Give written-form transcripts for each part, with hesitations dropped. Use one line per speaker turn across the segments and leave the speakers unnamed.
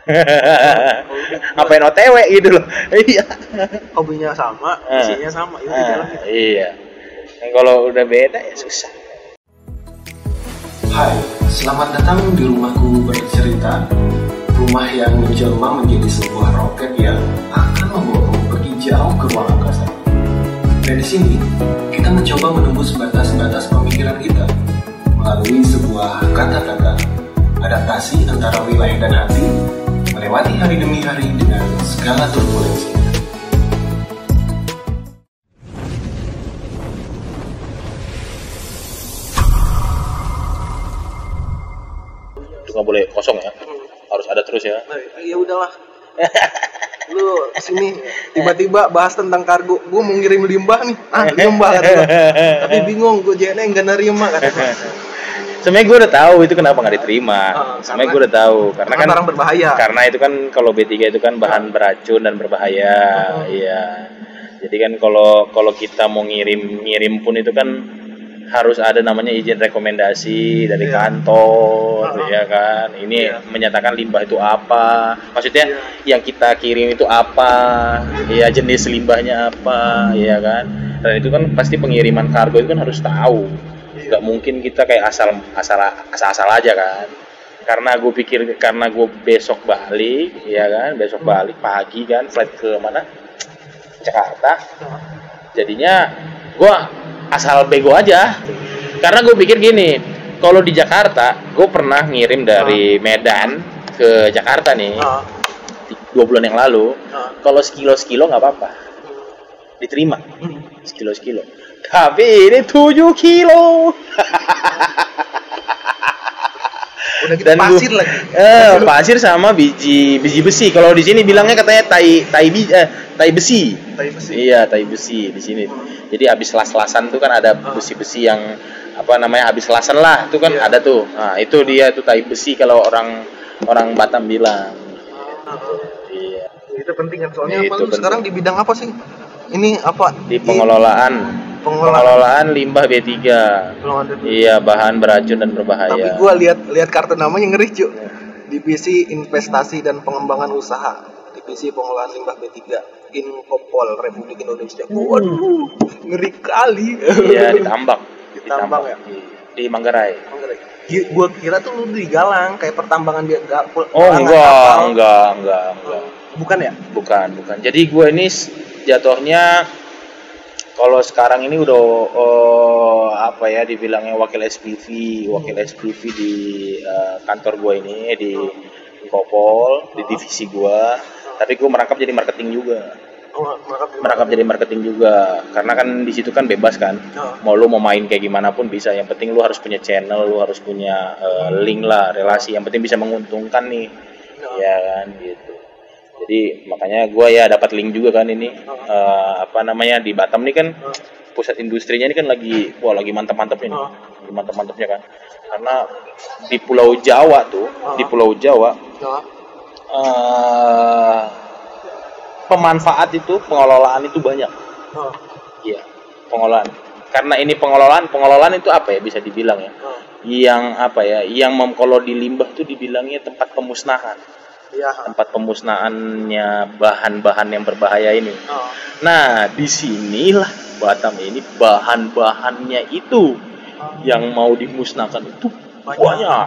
Ngapain OTW gitu loh. Iya.
Hobinya sama, isinya sama, itu jalan gitu.
Iya. Nah, kalau udah beda ya susah.
Hai, selamat datang di rumahku bercerita. Rumah yang menjelma menjadi sebuah roket yang akan membawamu pergi jauh ke ruang angkasa. Dan di sini, kita mencoba menembus batas-batas pemikiran kita melalui sebuah kata-kata, adaptasi antara wilayah dan hati, melewati hari demi hari dengan segala turbulensi.
Nggak boleh kosong ya, harus ada terus ya.
Ya udahlah. Lu kesini tiba-tiba bahas tentang kargo, gue mau ngirim limbah nih, limbah kata gua. Tapi bingung, gue JNE nggak nerima kata gua.
Sebenarnya gue udah tahu itu kenapa nggak diterima. Sebenarnya gue udah tahu karena kan
barang berbahaya.
Karena itu kan kalau B3 itu kan bahan beracun dan berbahaya. Iya. Jadi kan kalau kita mau ngirim pun itu kan harus ada namanya izin rekomendasi dari kantor, ya kan. Ini menyatakan limbah itu apa, maksudnya yang kita kirim itu apa, ya jenis limbahnya apa, ya kan. Dan itu kan pasti pengiriman kargo itu kan harus tahu. Nggak mungkin kita kayak asal aja kan. Karena gue pikir karena gue besok balik, ya kan, besok balik pagi kan, flight ke mana? Jakarta. Jadinya gue asal bego aja, karena gue pikir gini, kalau di Jakarta gue pernah ngirim dari Medan ke Jakarta nih 2 bulan yang lalu, kalau sekilo nggak apa-apa, diterima sekilo, tapi ini 7 kilo.
Udah kita pasir lagi.
Pasir sama biji besi. Kalau di sini bilangnya katanya tai besi. Iya, tai besi di sini. Jadi habis las-lasan tuh kan ada besi-besi yang apa namanya habis lasan lah, itu kan ada tuh. Nah, itu dia tuh tai besi kalau orang Batam bilang. Iya.
Itu penting kan, soalnya apa lu sekarang di bidang apa sih? Ini apa?
Di pengelolaan limbah B3. Iya, bahan beracun dan berbahaya.
Tapi gua lihat kartu namanya ngeri, Cuk. Divisi Investasi dan Pengembangan Usaha, Divisi Pengelolaan Limbah B3, Inkopol Republik Indonesia. Waduh, ngeri kali.
Iya, ditambak
ya.
Di Manggarai.
Gua kira tuh lu di Galang, kayak pertambangan dia enggak.
Oh, enggak.
Bukan ya?
Bukan. Jadi gua ini jatuhnya kalau sekarang ini udah dibilangnya wakil SPV di kantor gue ini di Inkopol, di divisi gue, tapi gue merangkap jadi marketing juga. Jadi marketing juga, karena kan di situ kan bebas kan, mau lu mau main kayak gimana pun bisa, yang penting lu harus punya channel, lu harus punya link lah, relasi, yang penting bisa menguntungkan nih, ya kan gitu. Jadi makanya gue ya dapat link juga kan ini di Batam nih kan pusat industrinya ini kan lagi mantap-mantapnya nih. Mantap-mantapnya kan. Karena di Pulau Jawa pemanfaat itu, pengelolaan itu banyak. Iya, pengelolaan. Karena ini pengelolaan itu apa ya bisa dibilang ya. Kalau di limbah itu dibilangnya tempat pemusnahan. Tempat pemusnahannya bahan-bahan yang berbahaya ini. Nah, disinilah Batam ini bahan-bahannya itu yang mau dimusnahkan itu banyak.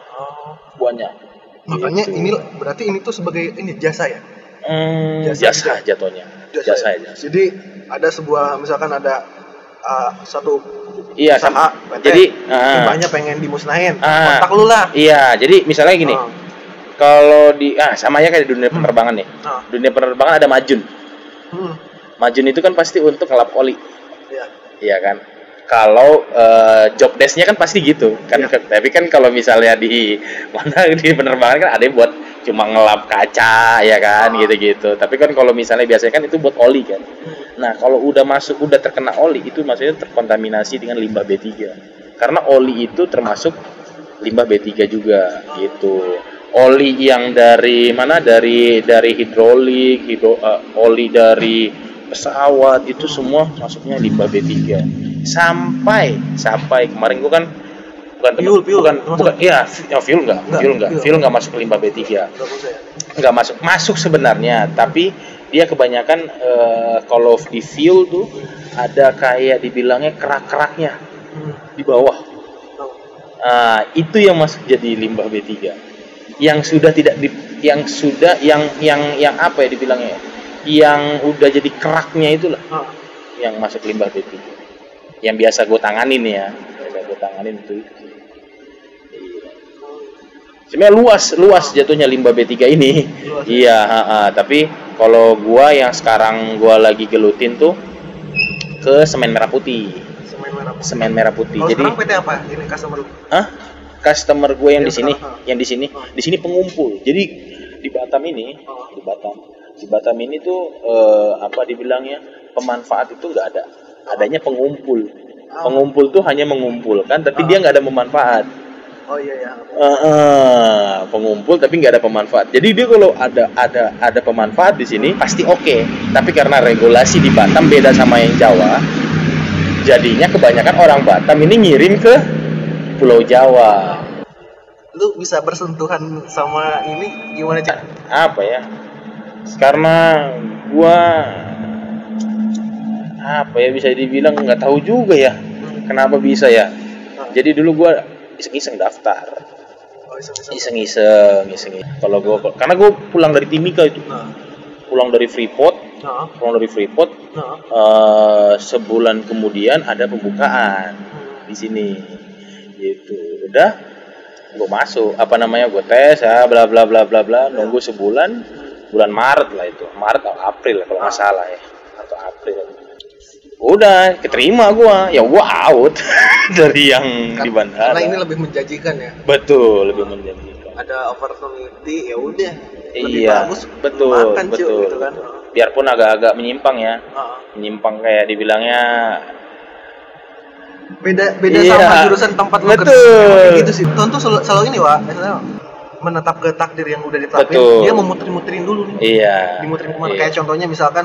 Makanya ini berarti ini tuh sebagai jasa ya?
Jasa jatuhnya. Jasa.
Jadi ada sebuah, misalkan ada satu
usaha, jadi
banyak pengen dimusnahin, kontak lu lah.
Iya, jadi misalnya gini. Kalau sama aja kayak di dunia penerbangan nih. Dunia penerbangan ada majun. Majun itu kan pasti untuk ngelap oli. Iya kan? Kalau job desk-nya kan pasti gitu kan. Tapi kan kalau misalnya di penerbangan kan ada yang buat cuma ngelap kaca ya kan, gitu-gitu. Tapi kan kalau misalnya biasanya kan itu buat oli kan. Nah, kalau udah terkena oli itu maksudnya terkontaminasi dengan limbah B3. Karena oli itu termasuk limbah B3 juga gitu. Oli yang dari mana? Dari hidrolik, oli dari pesawat itu semua masuknya limbah B3. Sampai kemarin gua kan Fuel nggak masuk ke limbah B3. Nggak masuk sebenarnya, tapi dia kebanyakan kalau di fuel tuh ada kayak dibilangnya kerak-keraknya di bawah. Itu yang masuk jadi limbah B3. Yang apa ya dibilangnya? Yang udah jadi keraknya itulah yang masuk limbah B3. Yang biasa gue tanganin itu. Sebenarnya luas jatuhnya limbah B3 ini. Iya, tapi kalau gua yang sekarang gua lagi gelutin tuh ke semen merah putih. Semen merah putih.
Kalau
jadi
sekarang PT apa? Ini customer lu?
Customer gue yang di sini pengumpul. Jadi di Batam ini, di Batam ini tuh apa dibilangnya? Pemanfaat itu enggak ada. Adanya pengumpul. Pengumpul tuh hanya mengumpulkan tapi dia enggak ada pemanfaat.
Oh iya.
Pengumpul tapi nggak ada pemanfaat. Jadi dia kalau ada pemanfaat di sini pasti oke. Tapi karena regulasi di Batam beda sama yang Jawa, jadinya kebanyakan orang Batam ini ngirim ke Pulau Jawa.
Lu bisa bersentuhan sama ini gimana Cak?
Apa ya? Karena gua bisa dibilang nggak tahu juga ya. Kenapa bisa ya? Jadi dulu gua iseng-iseng daftar. Iseng-iseng. Kalau karena gue pulang dari Timika itu. Pulang dari Freeport. Sebulan kemudian ada pembukaan di sini. Gitu. Udah gue masuk, gue tes ya, bla bla bla bla bla, nunggu sebulan, bulan Maret lah itu. Maret atau April kalau nggak salah ya. Atau April. Udah keterima gua out dari yang di bandara.
Karena ini lebih menjanjikan ya.
Betul, lebih menjanjikan.
Ada opportunity, ya udah. Lebih
Iya,
bagus
betul.
gitu kan.
Biarpun agak-agak menyimpang ya. Menyimpang kayak dibilangnya
beda sama jurusan tempat lu kerja. Gitu sih. Tentu selalu ini, Wak. Misalnya menetap ke takdir yang udah ditetapin, dia mau muter-muterin dulu nih.
Iya.
Dimuterin kemana? Kayak contohnya misalkan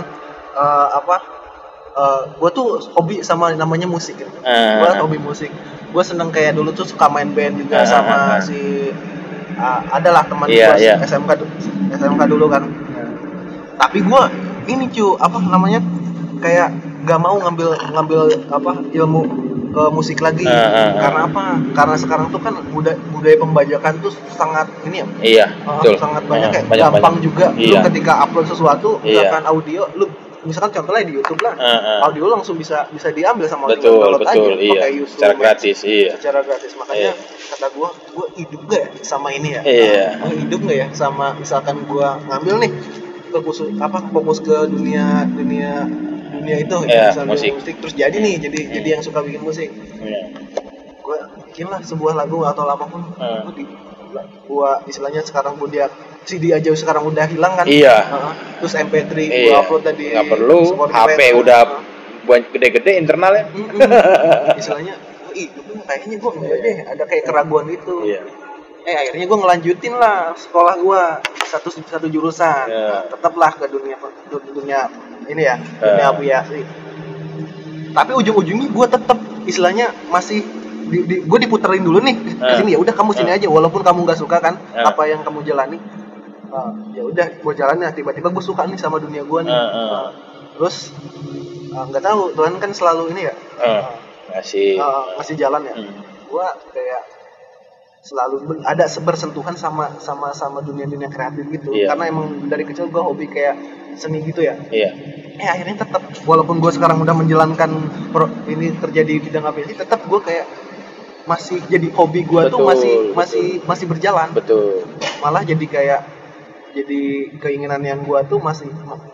gue tuh hobi sama namanya musik gitu. Gue hobi musik. Gue seneng kayak dulu tuh suka main band juga sama si adalah teman gue SMK dulu kan. Tapi gue ini kayak gak mau ngambil ilmu ke musik lagi. Karena apa? Karena sekarang tuh kan budaya pembajakan tuh sangat ini ya.
Iya.
Sangat banyak kayak gampang juga. Lu ketika upload sesuatu misalkan audio lu misalkan contohnya di YouTube lah, audio langsung bisa diambil sama orang download aja pakai YouTube
secara gratis.
Makanya kata gue hidup gak ya sama ini ya? Hidup gak ya sama misalkan gue ngambil nih fokus ke dunia itu musik terus jadi yang suka bikin musik. Gue bikin lah sebuah lagu atau apapun, gue istilahnya sekarang dia CD aja sekarang udah hilang kan. Terus MP3 gua upload tadi.
Nggak perlu HP udah gede-gede internalnya.
Istilahnya kayaknya gua enggak deh, ada kayak keraguan itu. Akhirnya gua ngelanjutin lah sekolah gua satu jurusan. Tetaplah ke dunia ini ya, dunia aviasi. Tapi ujung-ujungnya gua tetap istilahnya masih gue diputerin dulu nih ke sini, ya udah kamu sini aja walaupun kamu nggak suka kan apa yang kamu jalani. Ya udah gue jalannya, tiba-tiba gue suka nih sama dunia gue nih. Terus nggak tahu Tuhan kan selalu ini ya ngasih jalan ya. Gue kayak selalu ada bersentuhan sama dunia kreatif gitu. Karena emang dari kecil gue hobi kayak seni gitu ya. Akhirnya tetap walaupun gue sekarang udah menjalankan ini kerja di bidang aviasi, tetap gue kayak masih jadi hobi gue tuh masih berjalan. Malah jadi keinginan yang gue tuh masih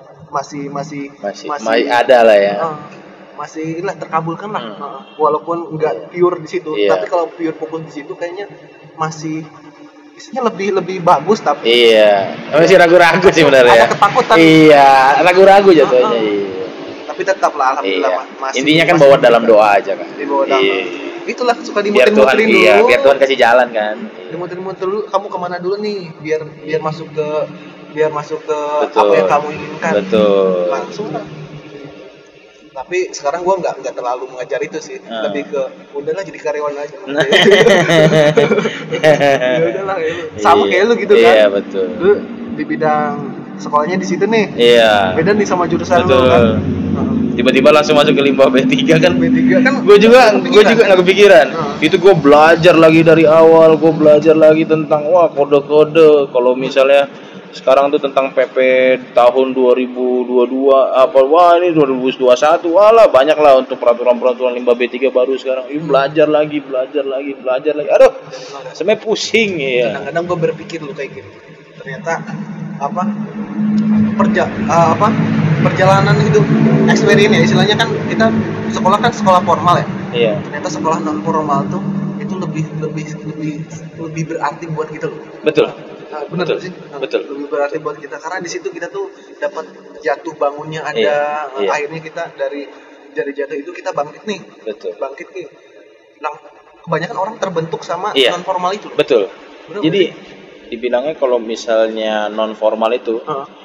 ada lah ya.
Masih terkabulkan lah. Walaupun nggak pure di situ, tapi kalau pure fokus di situ kayaknya masih isinya lebih bagus tapi
masih ragu-ragu sih sebenarnya.
Ada ketakutan.
Ragu-ragu jatuhnya.
Tapi tetap lah alhamdulillah masih.
Intinya kan bawa dalam doa aja kan.
Dibawa dalam. Itulah suka dimuterin dulu.
Biar Tuhan kasih jalan kan.
Dimuterin dulu, kamu kemana dulu nih biar masuk ke apa yang kamu inginkan.
Betul.
Langsung lah. Tapi sekarang gue nggak terlalu mengajar itu sih, lebih ke udahlah jadi karyawan aja. Ya udahlah, sama kayak lu gitu kan.
Iya betul.
Lu di bidang sekolahnya di situ nih.
Iya.
Beda nih sama jurusan
betul.
lu kan.
Tiba-tiba langsung masuk ke limbah B3 kan.
B3 kan.
Gue juga nggak kepikiran. Itu gue belajar lagi dari awal. Gue belajar lagi tentang kode-kode. Kalau misalnya sekarang tuh tentang PP tahun 2022 ini 2021 banyak lah untuk peraturan limbah B3 baru sekarang. Belajar lagi. Aduh, sampai pusing ya.
Kadang-kadang gue berpikir lu kayak gitu. Ternyata perjalanan hidup experience ya, istilahnya kan kita sekolah kan sekolah formal ya.
Iya.
Ternyata sekolah non formal tuh itu lebih berarti buat kita loh.
Betul.
Benar
betul
sih.
Betul.
Lebih berarti buat kita karena di situ kita tuh dapat jatuh bangunnya ada.
Iya.
Akhirnya kita dari jatuh itu kita bangkit nih.
Betul.
Bangkit nih. Nah, kebanyakan orang terbentuk sama
iya.
non formal itu.
Betul.
Benar,
jadi dibilangnya kalau misalnya non formal itu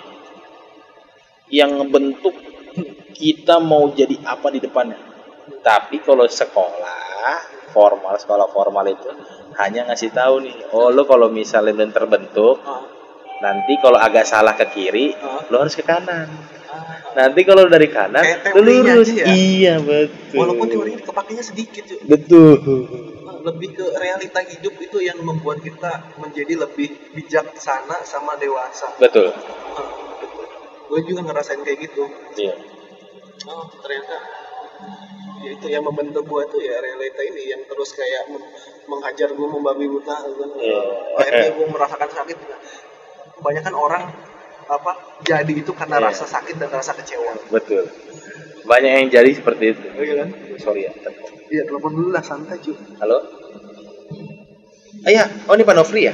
yang ngebentuk kita mau jadi apa di depannya. Tapi kalau sekolah formal itu hanya ngasih tahu nih, lo kalau misalnya belum terbentuk, nanti kalau agak salah ke kiri, lo harus ke kanan. Nanti kalau dari kanan, lo lurus.
Ya?
Iya betul.
Walaupun teorinya kepakainya sedikit, cuy.
Betul.
Lebih ke realita hidup itu yang membuat kita menjadi lebih bijaksana sama dewasa.
Betul.
Gue juga ngerasain kayak gitu.
Iya.
Ternyata ya itu yang membentuk gue tuh ya realita ini yang terus kayak menghajar gue membabi buta kan. Akhirnya gue merasakan sakit. Kebanyakan orang jadi itu karena rasa sakit dan rasa kecewa.
Betul. Banyak yang jadi seperti itu.
Iya kan?
Sorry ya.
Iya, telepon dulu lah, santai cuy.
Halo? Iya, ini Pak Nofri ya?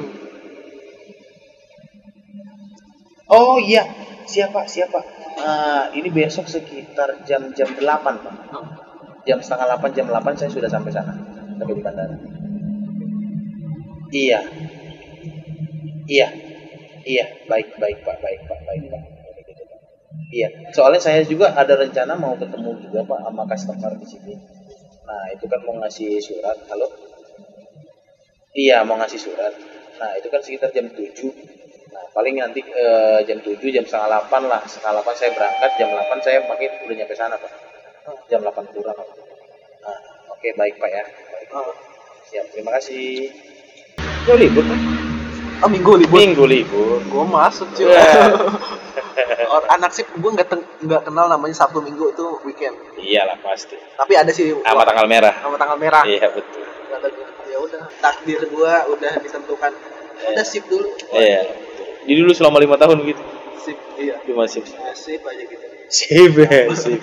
Oh iya, siapa? Ini besok sekitar jam 8 Pak. Jam setengah 8, jam 8 saya sudah sampai sana. Sampai di bandara. Iya, baik Pak. Iya, soalnya saya juga ada rencana mau ketemu juga Pak sama customer di sini. Nah, itu kan mau ngasih surat. Halo? Iya, mau ngasih surat. Nah, itu kan sekitar jam 7. Nah, paling nanti jam 7, jam setengah 8 lah. Setengah 8 saya berangkat, jam 8 saya makin udah nyampe sana Pak. Jam 8 kurang. Nah, oke, baik Pak ya. Baik. Siap, terima kasih. Yo libur Pak.
Minggu
libur.
Gue masuk cuy. Anak sip gue nggak kenal namanya Sabtu Minggu itu weekend.
Iyalah pasti.
Tapi ada sih.
Sama tanggal merah. Iya betul.
Ya udah, takdir gue udah ditentukan. Udah sip dulu.
Iya. Jadi dulu selama 5 tahun gitu.
Sip, iya.
Cuma sip.
Ya, sip aja gitu.
Sip.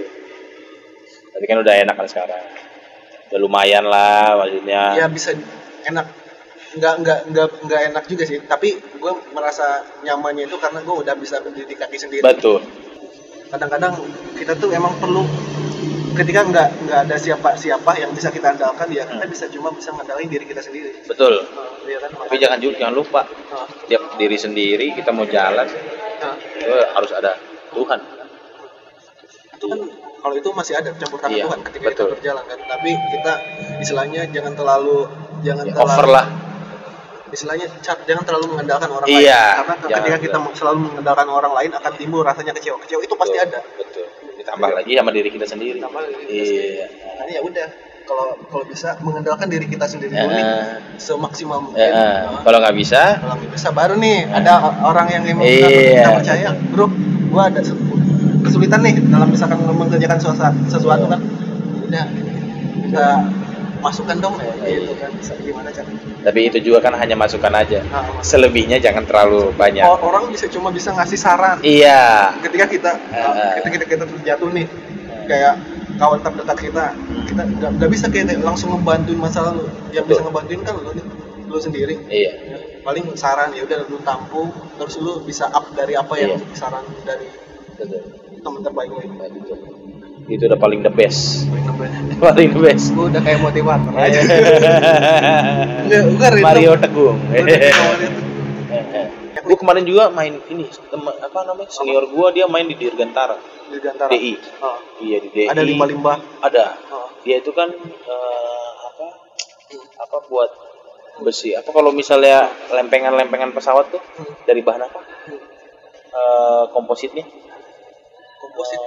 Tapi kan udah enak kan sekarang. Udah lumayan lah maksudnya.
Ya bisa enak. Nggak enak juga sih, tapi gue merasa nyamannya itu karena gue udah bisa berdiri di kaki sendiri.
Betul.
Kadang-kadang kita tuh emang perlu ketika nggak ada siapa yang bisa kita andalkan, ya kita bisa ngandalin diri kita sendiri.
Betul.
Ya kan?
Tapi jangan lupa, tiap diri sendiri kita mau jalan, itu harus ada Tuhan.
Itu kan kalau itu masih ada campur tangan Tuhan ketika
betul.
Kita berjalan kan. Tapi kita istilahnya jangan terlalu
over lah.
Istilahnya jangan terlalu mengandalkan orang
lain.
Karena ketika kita selalu mengandalkan orang lain akan timbul rasanya kecewa itu pasti ada.
Betul. Ditambah lagi sama diri kita sendiri.
Iya. Nah, ya udah. Kalau bisa mengandalkan diri kita sendiri dulu nih semaksimal mungkin.
Kalau nggak bisa
baru nih ada orang yang emang kita percaya, bro, gua ada kesulitan nih dalam misalkan mengerjakan sesuatu kan. Udah kita masukkan dong gitu kan, gimana caranya.
Tapi itu juga kan hanya masukan aja. Selebihnya jangan terlalu banyak.
Orang cuma bisa ngasih saran.
Iya.
Ketika kita terjatuh nih, kayak kawan terdekat kita nggak bisa kayak langsung ngebantuin masalah lu. Yang bisa ngebantuin kan lu sendiri.
Iya.
Paling saran ya udah lu tampung, terus lu bisa up dari apa yang saran dari teman terbaik lu.
Itu udah paling the best. Paling the best.
Gue udah kayak motivator aja.
Gue kemarin juga main ini senior gue dia main di Dirgantara.
Dirgantara.
DI. Iya di DI.
Ada limbah-limbah.
Ada. Dia itu kan apa buat besi. Apa kalau misalnya lempengan pesawat tuh dari bahan apa? Kompositnya.
Komposit.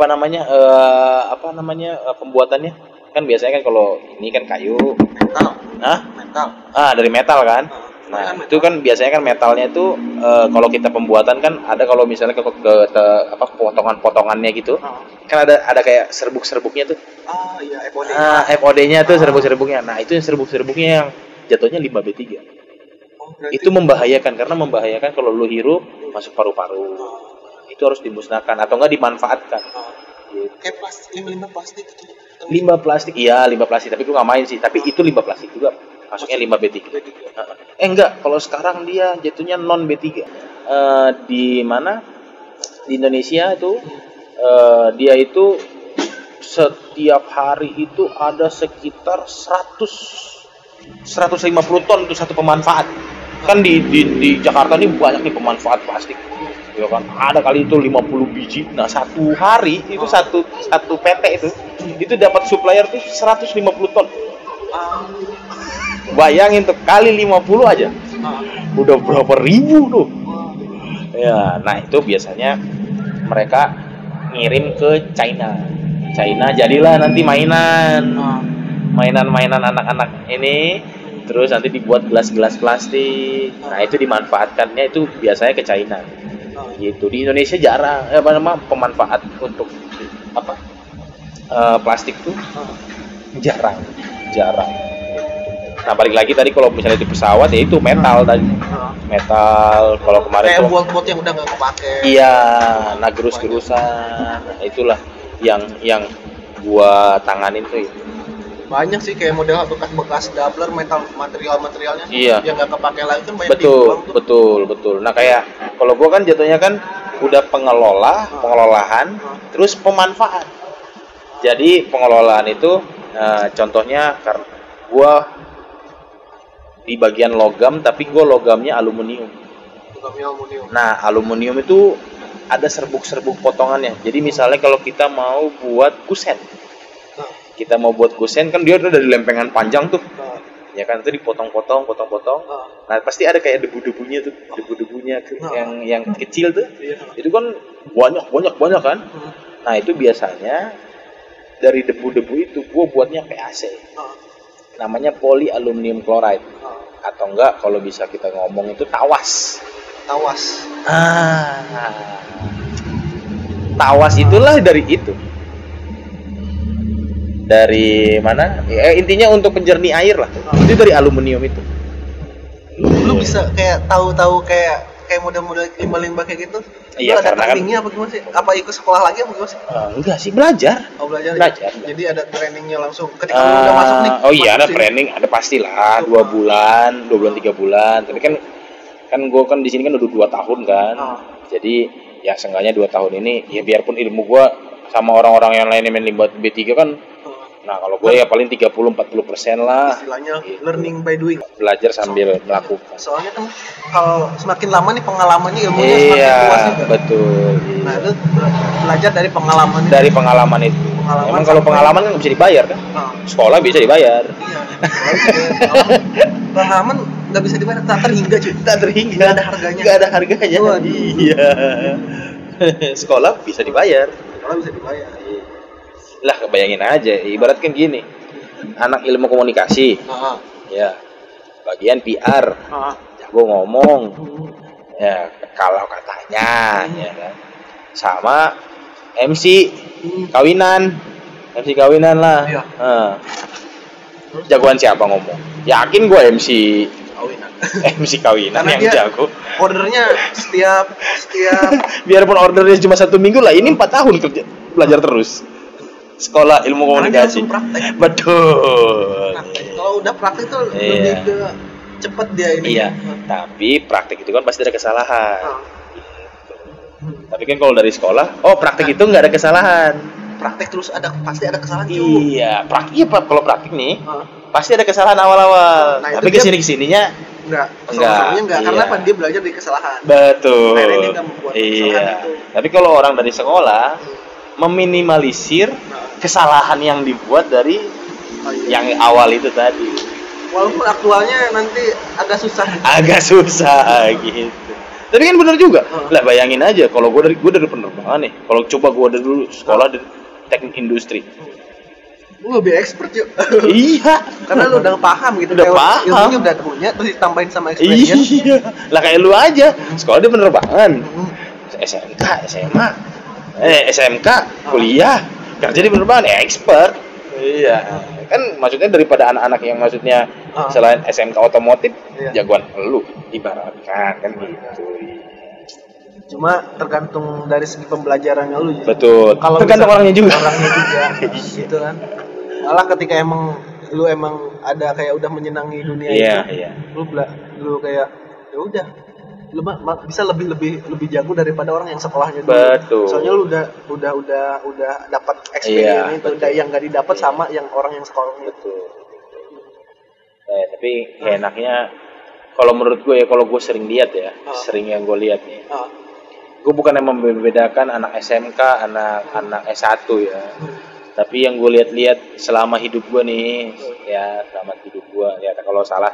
Pembuatannya kan biasanya kan kalau ini kan kayu.
Metal.
Dari metal kan. Nah, itu kan biasanya kan metalnya itu kalau kita pembuatan kan ada kalau misalnya ke potongan-potongannya gitu. Kan ada kayak serbuk-serbuknya tuh.
Iya, FOD.
FOD-nya tuh serbuk-serbuknya. Nah, itu yang serbuk-serbuknya yang jatuhnya limbah B3. Itu membahayakan karena kalau lu hirup masuk paru-paru. Itu harus dimusnahkan atau enggak dimanfaatkan.
Gitu. Kayak limbah plastik itu.
Limbah plastik, iya limbah plastik. Tapi gue nggak main sih. Tapi itu limbah plastik juga. Masuknya limbah B3. Enggak, kalau sekarang dia jatuhnya non B3. Di mana? Di Indonesia itu dia itu setiap hari itu ada sekitar 150 ton itu satu pemanfaat. Kan di Jakarta ini banyak nih pemanfaat plastik. Ya kan? Ada kali itu 50 biji. Nah, satu hari itu satu PT itu dapat supplier tuh 150 ton. Bayangin tuh kali 50 aja. Udah berapa ribu tuh. Ya, nah itu biasanya mereka ngirim ke China. China jadilah nanti mainan anak-anak ini, terus nanti dibuat gelas-gelas plastik. Nah, itu dimanfaatkannya itu biasanya ke China. Gitu. Di Indonesia jarang pemanfaat untuk plastik tuh jarang. Nah, balik lagi tadi kalau misalnya di pesawat ya itu metal tadi. Metal kalau kemarin
kayak buat yang udah nggak kepake.
Iya, nah gerus-gerusan. Nah, itulah yang gua tanganin tuh.
Banyak sih kayak model bekas doubler materialnya
iya.
Yang nggak kepake lagi kan banyak dibuang tuh.
Betul. Nah, kayak kalau gua kan jatuhnya kan udah pengelolaan, terus pemanfaat. Jadi pengelolaan itu contohnya karena gua di bagian logam, tapi gue logamnya aluminium. Nah, aluminium itu ada serbuk-serbuk potongannya. Jadi misalnya kalau kita mau buat kusen, kan dia udah dari lempengan panjang tuh, ya kan, itu dipotong-potong. Nah, pasti ada kayak debu-debunya tuh, yang kecil tuh, itu kan banyak kan. Nah, itu biasanya dari debu-debu itu gue buatnya PAC. Namanya polyaluminium chloride. Atau enggak kalau bisa kita ngomong itu tawas. Tawas itulah dari itu. Dari mana? Intinya untuk penjernih air lah. Itu dari aluminium itu.
Lu bisa kayak tahu kayak model-model limbah-limbah kayak gitu.
Iya,
ada
karena
trainingnya apa gimana sih? Apa ikut sekolah lagi apa gimana sih?
Enggak sih, belajar.
Belajar. Jadi ada trainingnya langsung ketika lu udah masuk nih.
Ada training, ada pastilah 2 bulan, 3 bulan. Tapi kan gue kan di sini kan udah 2 tahun kan. Jadi ya seenggaknya 2 tahun ini ya biarpun ilmu gue sama orang-orang yang lain yang main limbah B3 kan. Nah, kalau gue ya paling 30-40% lah.
Istilahnya gitu. Learning by doing.
Belajar sambil melakukan.
Soalnya kan kalau semakin lama nih pengalamannya, ilmunya semakin luas juga.
Betul.
Nah, itu belajar dari pengalaman itu.
Dari pengalaman itu. Emang kalau pengalaman kan bisa dibayar kan? Sekolah bisa dibayar.
Iya. Pengalaman nggak bisa dibayar, tak terhingga cuy.
Tak terhingga.
Nggak ada harganya.
Nggak ada harganya. Iya. Sekolah bisa dibayar. Lah, kebayangin aja, ibarat kan gini, anak ilmu komunikasi, ya, bagian PR, jago ngomong, ya, kalau katanya, ya kan, sama MC kawinan lah, jagoan siapa ngomong? Yakin gue MC kawinan yang jago.
Ordernya setiap
biarpun ordernya cuma 1 minggu lah, ini 4 tahun kerja belajar terus. Sekolah ilmu komunikasi. Betul.
Kalau udah praktek tuh lebih ke cepet dia ini.
Iya. Tapi praktek itu kan pasti ada kesalahan. Tapi kan kalau dari sekolah, praktek itu nggak ada kesalahan.
Praktek terus pasti ada kesalahan.
Iya. Kalau praktek nih, pasti ada kesalahan awal-awal. Tapi kesininya
Enggak.
Enggak,
karena
iya.
apa? Dia belajar dari kesalahan.
Betul.
Akhirnya dia nggak membuat kesalahan itu.
Tapi kalau orang dari sekolah meminimalisir kesalahan yang dibuat dari yang awal itu tadi.
Walaupun aktualnya nanti agak susah.
Agak susah gitu. Tapi kan benar juga. Lah bayangin aja kalau gue dari penerbangan nih. Kalau coba gue dari dulu sekolah di teknik industri.
Lu lebih expert yuk.
Iya.
Karena lu udah paham gitu.
Udah paham.
Ilmunya udah punya, terus ditambahin sama experience.
Iya. Lah kayak lu aja. Sekolah di penerbangan. SMK, SMA. SMK, kuliah. Kerja di penerbangan, expert. Iya. Kan maksudnya daripada anak-anak yang maksudnya selain SMK otomotif, jagoan lu ibaratkan kan gitu.
Cuma tergantung dari segi pembelajarannya lu.
Betul.
Kalau
tergantung orangnya juga.
Gitu kan. Malah ketika lu emang ada kayak udah menyenangi dunia itu. Lu kayak ya udah lu bisa lebih jago daripada orang yang sekolahnya dulu.
Betul.
Soalnya lu udah dapat experience itu yang enggak didapat sama yang orang yang sekolahnya.
Betul. Tapi enaknya kalau menurut gue ya, kalau gue sering lihat ya, sering yang gue lihat nih. Gue bukan yang membedakan anak SMK, anak S1 ya. Tapi yang gue lihat selama hidup gue nih, ya selama hidup gue, ya kalau salah.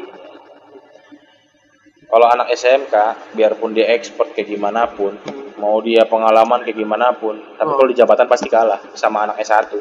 Kalau anak SMK, biarpun dia expert kayak gimana pun, mau dia pengalaman kayak gimana pun, tapi kalau di jabatan pasti kalah sama anak S1.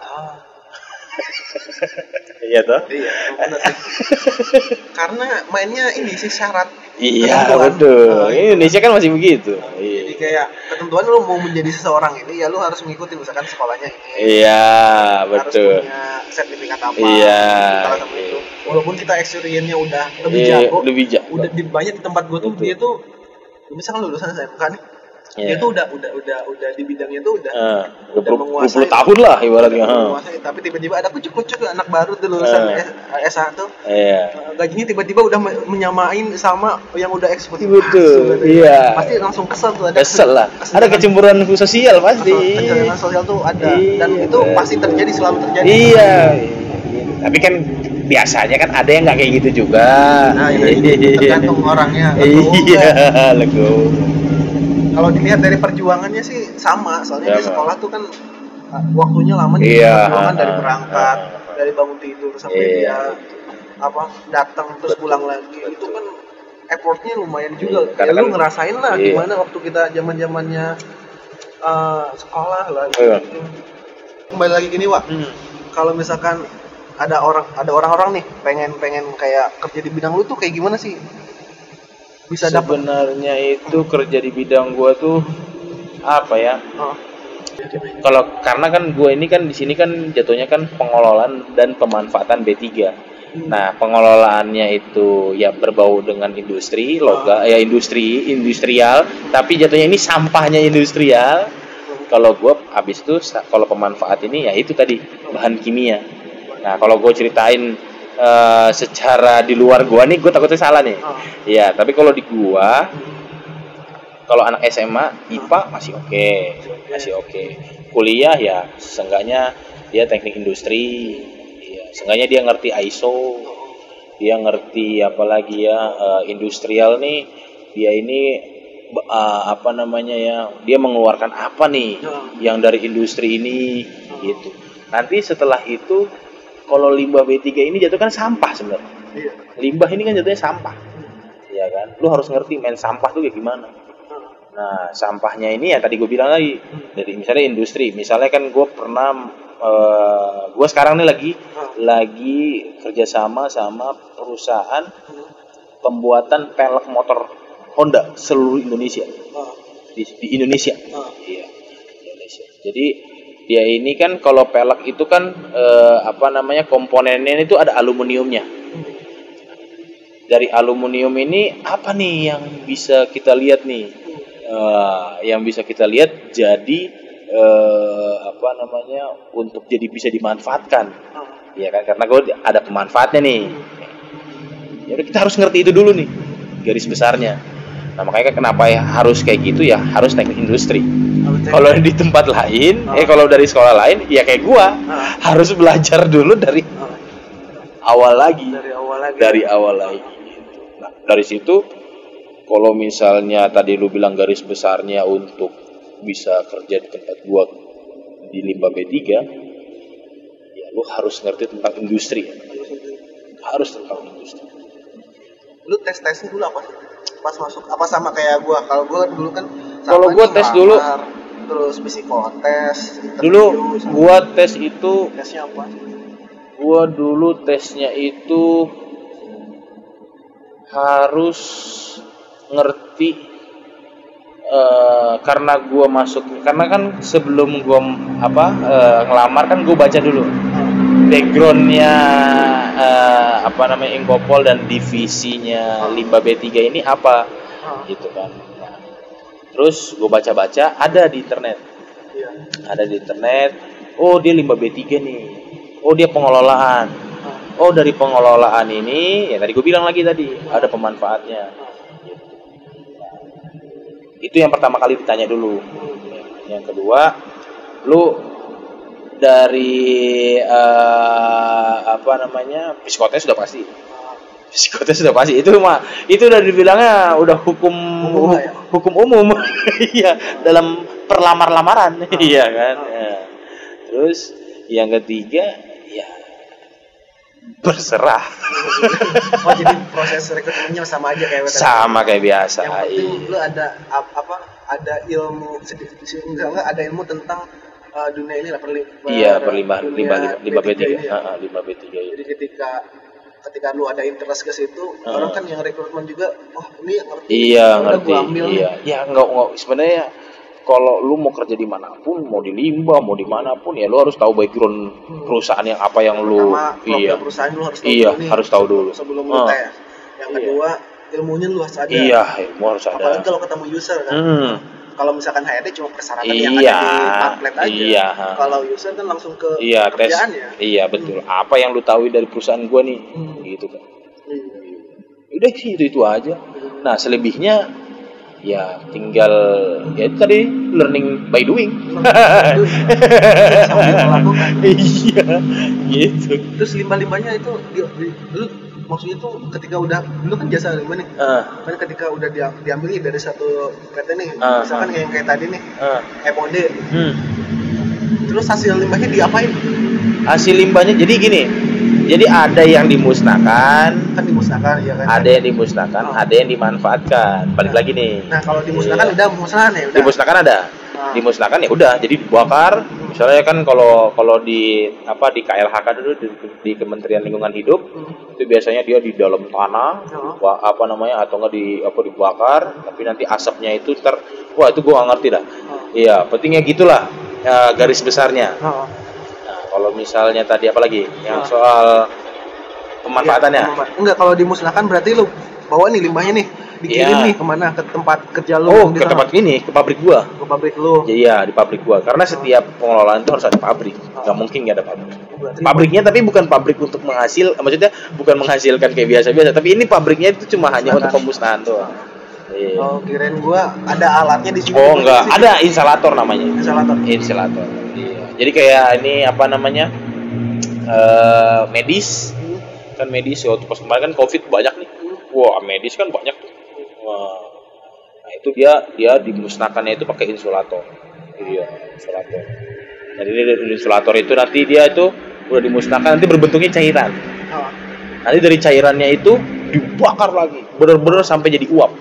Iya toh?
Iya, benar sih. Karena mainnya ini sih syarat.
Iya, betul. Indonesia kan masih begitu.
Jadi kayak ketentuan lu mau menjadi seseorang ini ya lu harus mengikuti misalkan sekolahnya ini.
Iya, betul.
Harus punya sertifikat apa.
Iya.
Itu. Walaupun kita experience-nya udah lebih jago. Udah di banyak di tempat gua tuh dia tuh misalkan lulusan SMK nih. Dia tuh udah di bidangnya tuh udah menguasai
20 tahun lah ibaratnya.
Tapi tiba-tiba ada kucuk-kucuk anak baru tuh lulusan S1 tuh.
Iya.
Gajinya tiba-tiba udah menyamain sama yang udah expert.
Betul. Iya.
Pasti langsung kesel tuh
Kesel lah. Ada kecemburuan sosial pasti.
Kecemburuan sosial tuh ada dan itu pasti terjadi, selalu terjadi.
Iya. Tapi kan biasanya kan ada yang nggak kayak gitu juga.
Nah, itu tergantung orangnya.
Iya, lego.
Kalau dilihat dari perjuangannya sih sama, soalnya di sekolah tuh kan waktunya lama nih, perjuangan dari berangkat, dari bangun tidur sampai dia datang terus pulang lagi. Itu kan effortnya lumayan juga. Ya lu ngerasain lah gimana waktu kita zamannya sekolah lah. Gitu. Kembali lagi gini, Wak. Kalau misalkan ada orang-orang nih pengen kayak kerja di bidang lu tuh kayak gimana sih? Bisa
sebenarnya itu kerja di bidang gua tuh apa ya? Karena kan gua ini kan di sini kan jatuhnya kan pengelolaan dan pemanfaatan B3. Nah, pengelolaannya itu ya berbau dengan industri, industrial, tapi jatuhnya ini sampahnya industrial. Kalau gua habis itu kalau pemanfaat ini ya itu tadi bahan kimia. Nah, kalau gua ceritain secara di luar gua nih, gua takutnya salah nih. Iya, tapi kalau di gua, kalau anak SMA IPA masih oke. Kuliah ya seenggaknya dia teknik industri. Iya, seenggaknya dia ngerti ISO. Dia ngerti apalagi ya industrial nih. Dia ini dia mengeluarkan apa nih yang dari industri ini gitu. Nanti setelah itu kalau limbah B3 ini jatuh kan sampah sebenarnya. Iya. Limbah ini kan jatuhnya sampah. Iya kan? Lu harus ngerti main sampah tuh kayak gimana. Nah, sampahnya ini ya tadi gue bilang lagi dari misalnya industri. Misalnya kan gue pernah gue sekarang nih lagi kerjasama sama perusahaan pembuatan pelek motor Honda seluruh Indonesia. Di Indonesia. Iya. Indonesia. Jadi dia ini kan kalau pelek itu kan komponennya itu ada aluminiumnya. Dari aluminium ini apa nih yang bisa kita lihat nih? Yang bisa kita lihat jadi untuk jadi bisa dimanfaatkan. Ya kan, karena gue ada pemanfaatnya nih. Jadi kita harus ngerti itu dulu nih garis besarnya. Nah, makanya kenapa ya harus kayak gitu ya, harus teknik industri. Kalau di tempat lain, kalau dari sekolah lain, ya kayak gua harus belajar dulu dari awal lagi. Dari awal lagi. Gitu. dari situ kalau misalnya tadi lu bilang garis besarnya untuk bisa kerja di tempat gua di Limbah B3, ya lu harus ngerti tentang industri. Harus tentang industri.
Lu tes-tesnya dulu apa sih? Pas masuk apa sama kayak gua? Kalau gua dulu kan
Kalau gua tes dulu,
terus psikotes.
dulu gua tes itu,
tesnya apa?
gua dulu tesnya itu harus ngerti karena gua masuk, karena kan sebelum gua ngelamar kan gua baca dulu backgroundnya Inkopol dan divisinya Limbah B3 ini apa gitu kan. Nah, terus gue baca-baca ada di internet. Ada di internet. Oh, dia Limbah B3 nih. Oh, dia pengelolaan. Oh, dari pengelolaan ini ya tadi gue bilang lagi tadi ada pemanfaatnya. Gitu. Nah, itu yang pertama kali ditanya dulu. Yang kedua, lu dari psikotes sudah pasti. Psikotes sudah pasti. Itu udah dibilangnya udah hukum umum. Iya, dalam perlamar-lamaran. Iya kan. Ya. Terus yang ketiga ya berserah.
Oh, jadi proses rekrutmennya sama aja kayak
sama kayak biasa.
Yang penting lu ada ada ilmu sedikit, enggak ada ilmu tentang dunia ini lah
Limbah B3 ya. Limbah B3 itu.
Jadi ketika lu ada interest ke situ, orang kan yang rekrutmen juga, ini ngerti.
Iya, ngerti. Iya. Ya enggak sebenarnya kalau lu mau kerja dimanapun, mau di limbah, mau dimanapun ya lu harus tahu background perusahaan yang apa yang lu
perusahaan lu harus tahu
harus tahu dulu
sebelum lu tes. Yang kedua, ilmunya lu harus ada.
Iya, ilmu harus ada.
Apalagi kalau ketemu user kan. Kalau misalkan HRD cuma persyaratan yang ada di pamflet aja.
Iya.
Kalau user kan langsung ke
kerjaan
ya.
Iya, betul. Apa yang lu tahu dari perusahaan gua nih? Gitu kan. Udah sih itu aja. Nah, selebihnya ya tinggal ya itu tadi learning by doing. Iya, gitu.
Terus limbah-limbahnya itu lu maksudnya tuh ketika udah dulu kan jasa limbah nih. Kan ketika udah diambil dari satu PT nih, misalkan kayak tadi nih, FOD. Terus hasil limbahnya diapain?
Hasil limbahnya jadi gini. Jadi ada yang dimusnahkan,
ya kan?
Ada yang dimusnahkan, ada yang dimanfaatkan. Balik lagi nih.
Nah, kalau dimusnahkan udah musnahan ya, udah.
Dimusnahkan ada. Dimusnahkan ya udah, jadi dibakar. Misalnya kan kalau di KLHK dulu di Kementerian Lingkungan Hidup, itu biasanya dia di dalam tanah, atau enggak dibakar, tapi nanti asapnya itu itu gua nggak ngerti dah. Iya, pentingnya gitulah garis besarnya. Kalau misalnya tadi apa lagi yang soal pemanfaatannya?
Enggak, kalau dimusnahkan berarti lu bawa nih limbahnya nih, dikirim nih kemana? Ke tempat kerja lu?
Ke tempat ini, ke pabrik gua.
Ke pabrik lu?
Iya, di pabrik gua. Karena setiap pengelolaan itu harus ada pabrik. Nggak mungkin nggak ada pabrik. Pabriknya tapi bukan pabrik untuk maksudnya bukan menghasilkan kayak biasa-biasa. Tapi ini pabriknya itu cuma hanya untuk pemusnahan doang.
Oh, kirain gua ada alatnya di sini.
Oh, enggak, ada instalator namanya.
Instalator.
Iya. Jadi kayak ini medis. Kan medis waktu pas kemarin kan Covid banyak nih. Wah, medis kan banyak tuh. Wah. Nah, itu dia dimusnahkannya itu pakai insulator. Iya, insulator. Jadi dari insulator itu nanti dia itu udah dimusnahkan nanti berbentuknya cairan. Nanti dari cairannya itu dibakar lagi, benar-benar sampai jadi uap.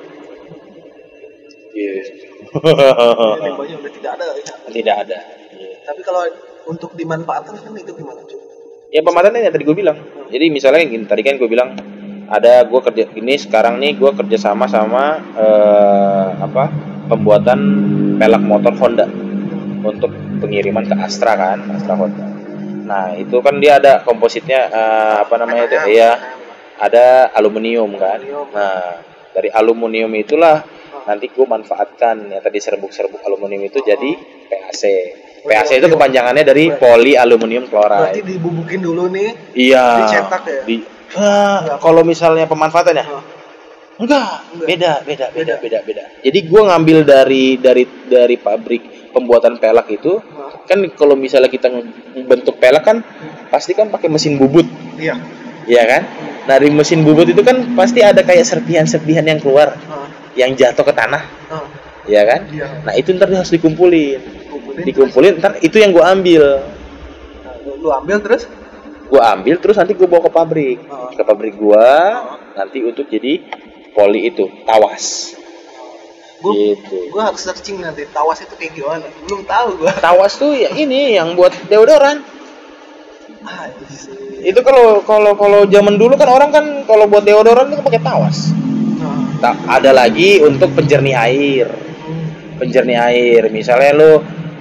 Limbahnya udah tidak ada ya?
Tidak ada.
Tapi kalau untuk dimanfaatkan kan itu gimana cuy?
Ya pemanfaatannya yang tadi gue bilang. Jadi misalnya gini, tadi kan gue bilang gue kerja gini, sekarang nih gue kerja sama pembuatan pelak motor Honda untuk pengiriman ke Astra Honda. Nah itu kan dia ada kompositnya ada aluminium kan. Nah dari aluminium itulah nanti gue manfaatkan ya tadi serbuk aluminium itu jadi PAC. PAC itu kepanjangannya dari polyaluminium chloride.
Berarti dibubukin dulu nih.
Iya.
Dicetak ya.
Kalau misalnya pemanfaatannya enggak, beda. Jadi gue ngambil dari pabrik pembuatan pelak itu kan kalau misalnya kita bentuk pelak kan pasti kan pakai mesin bubut.
Iya.
Iya kan? dari mesin bubut itu kan pasti ada kayak serpihan-serpihan yang keluar, yang jatuh ke tanah, ya kan?
Iya.
Nah itu ntar harus dikumpulin, ntar itu yang gue ambil.
Lu ambil terus?
Gue ambil terus nanti gue bawa ke pabrik gue, nanti untuk jadi poli itu tawas. Gitu.
Gue harus searching nanti tawas itu kayak gimana, belum tahu gue.
Tawas tuh ya ini yang buat deodoran. Itu kalau zaman dulu kan orang kan kalau buat deodoran itu pakai tawas. Ada lagi untuk penjernih air. Misalnya lu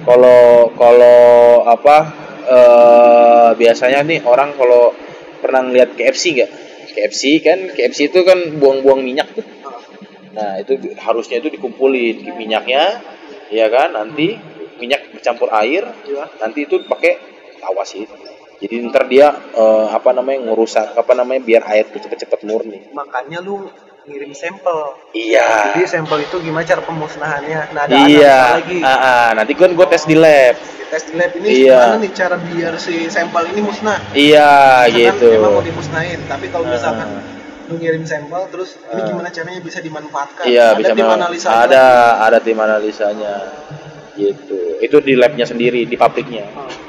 kalau biasanya nih orang kalau pernah ngeliat KFC nggak? KFC itu kan buang-buang minyak tuh. Nah itu harusnya itu dikumpulin minyaknya, ya kan? Nanti minyak bercampur air, nanti itu pakai tawas itu. Jadi ntar dia ngerusak biar air itu cepet-cepet murni.
Makanya lu ngirim sampel.
Iya.
Jadi sampel itu gimana cara pemusnahannya? Nah ada lagi.
Nanti gue tes di lab.
Tes di lab ini gimana nih cara biar si sampel ini musnah?
Iya,
misalkan
gitu.
Memang mau dimusnahin, tapi kalau misalkan lu ngirim sampel terus ini gimana caranya bisa dimanfaatkan?
Iya,
ada tim analisanya.
Ada tim analisanya. Gitu. Itu di labnya sendiri, di pabriknya.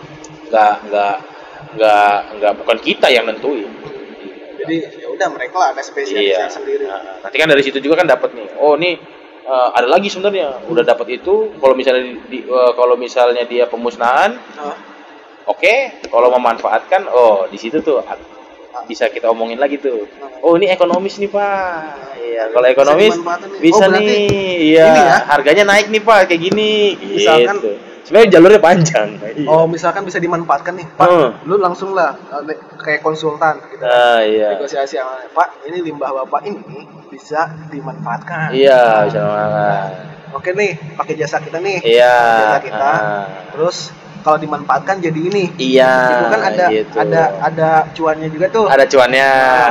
Enggak bukan kita yang nentuin.
Jadi ya udah mereka lah ada spesialisnya sendiri.
Nanti kan dari situ juga kan dapat nih. Oh, nih ada lagi sebenarnya. Udah dapat itu kalau misalnya dia pemusnahan. Oke, kalau memanfaatkan di situ tuh bisa kita omongin lagi tuh. Oh, ini ekonomis nih, Pak. Iya, kalau ekonomis bisa nih. Iya, ya? Harganya naik nih, Pak, kayak gini.
Misalkan
gitu. Sebenarnya jalurnya panjang.
Oh, misalkan bisa dimanfaatkan nih, Pak. Lu langsung lah kayak konsultan gitu.
Iya.
Negosiasi sama Pak, ini limbah Bapak ini bisa dimanfaatkan.
Iya, bisa dimanfaatkan.
Oke nih, pakai jasa kita nih.
Iya.
Jasa kita. Terus kalau dimanfaatkan jadi ini.
Iya.
Itu kan ada cuannya juga tuh.
Ada cuannya.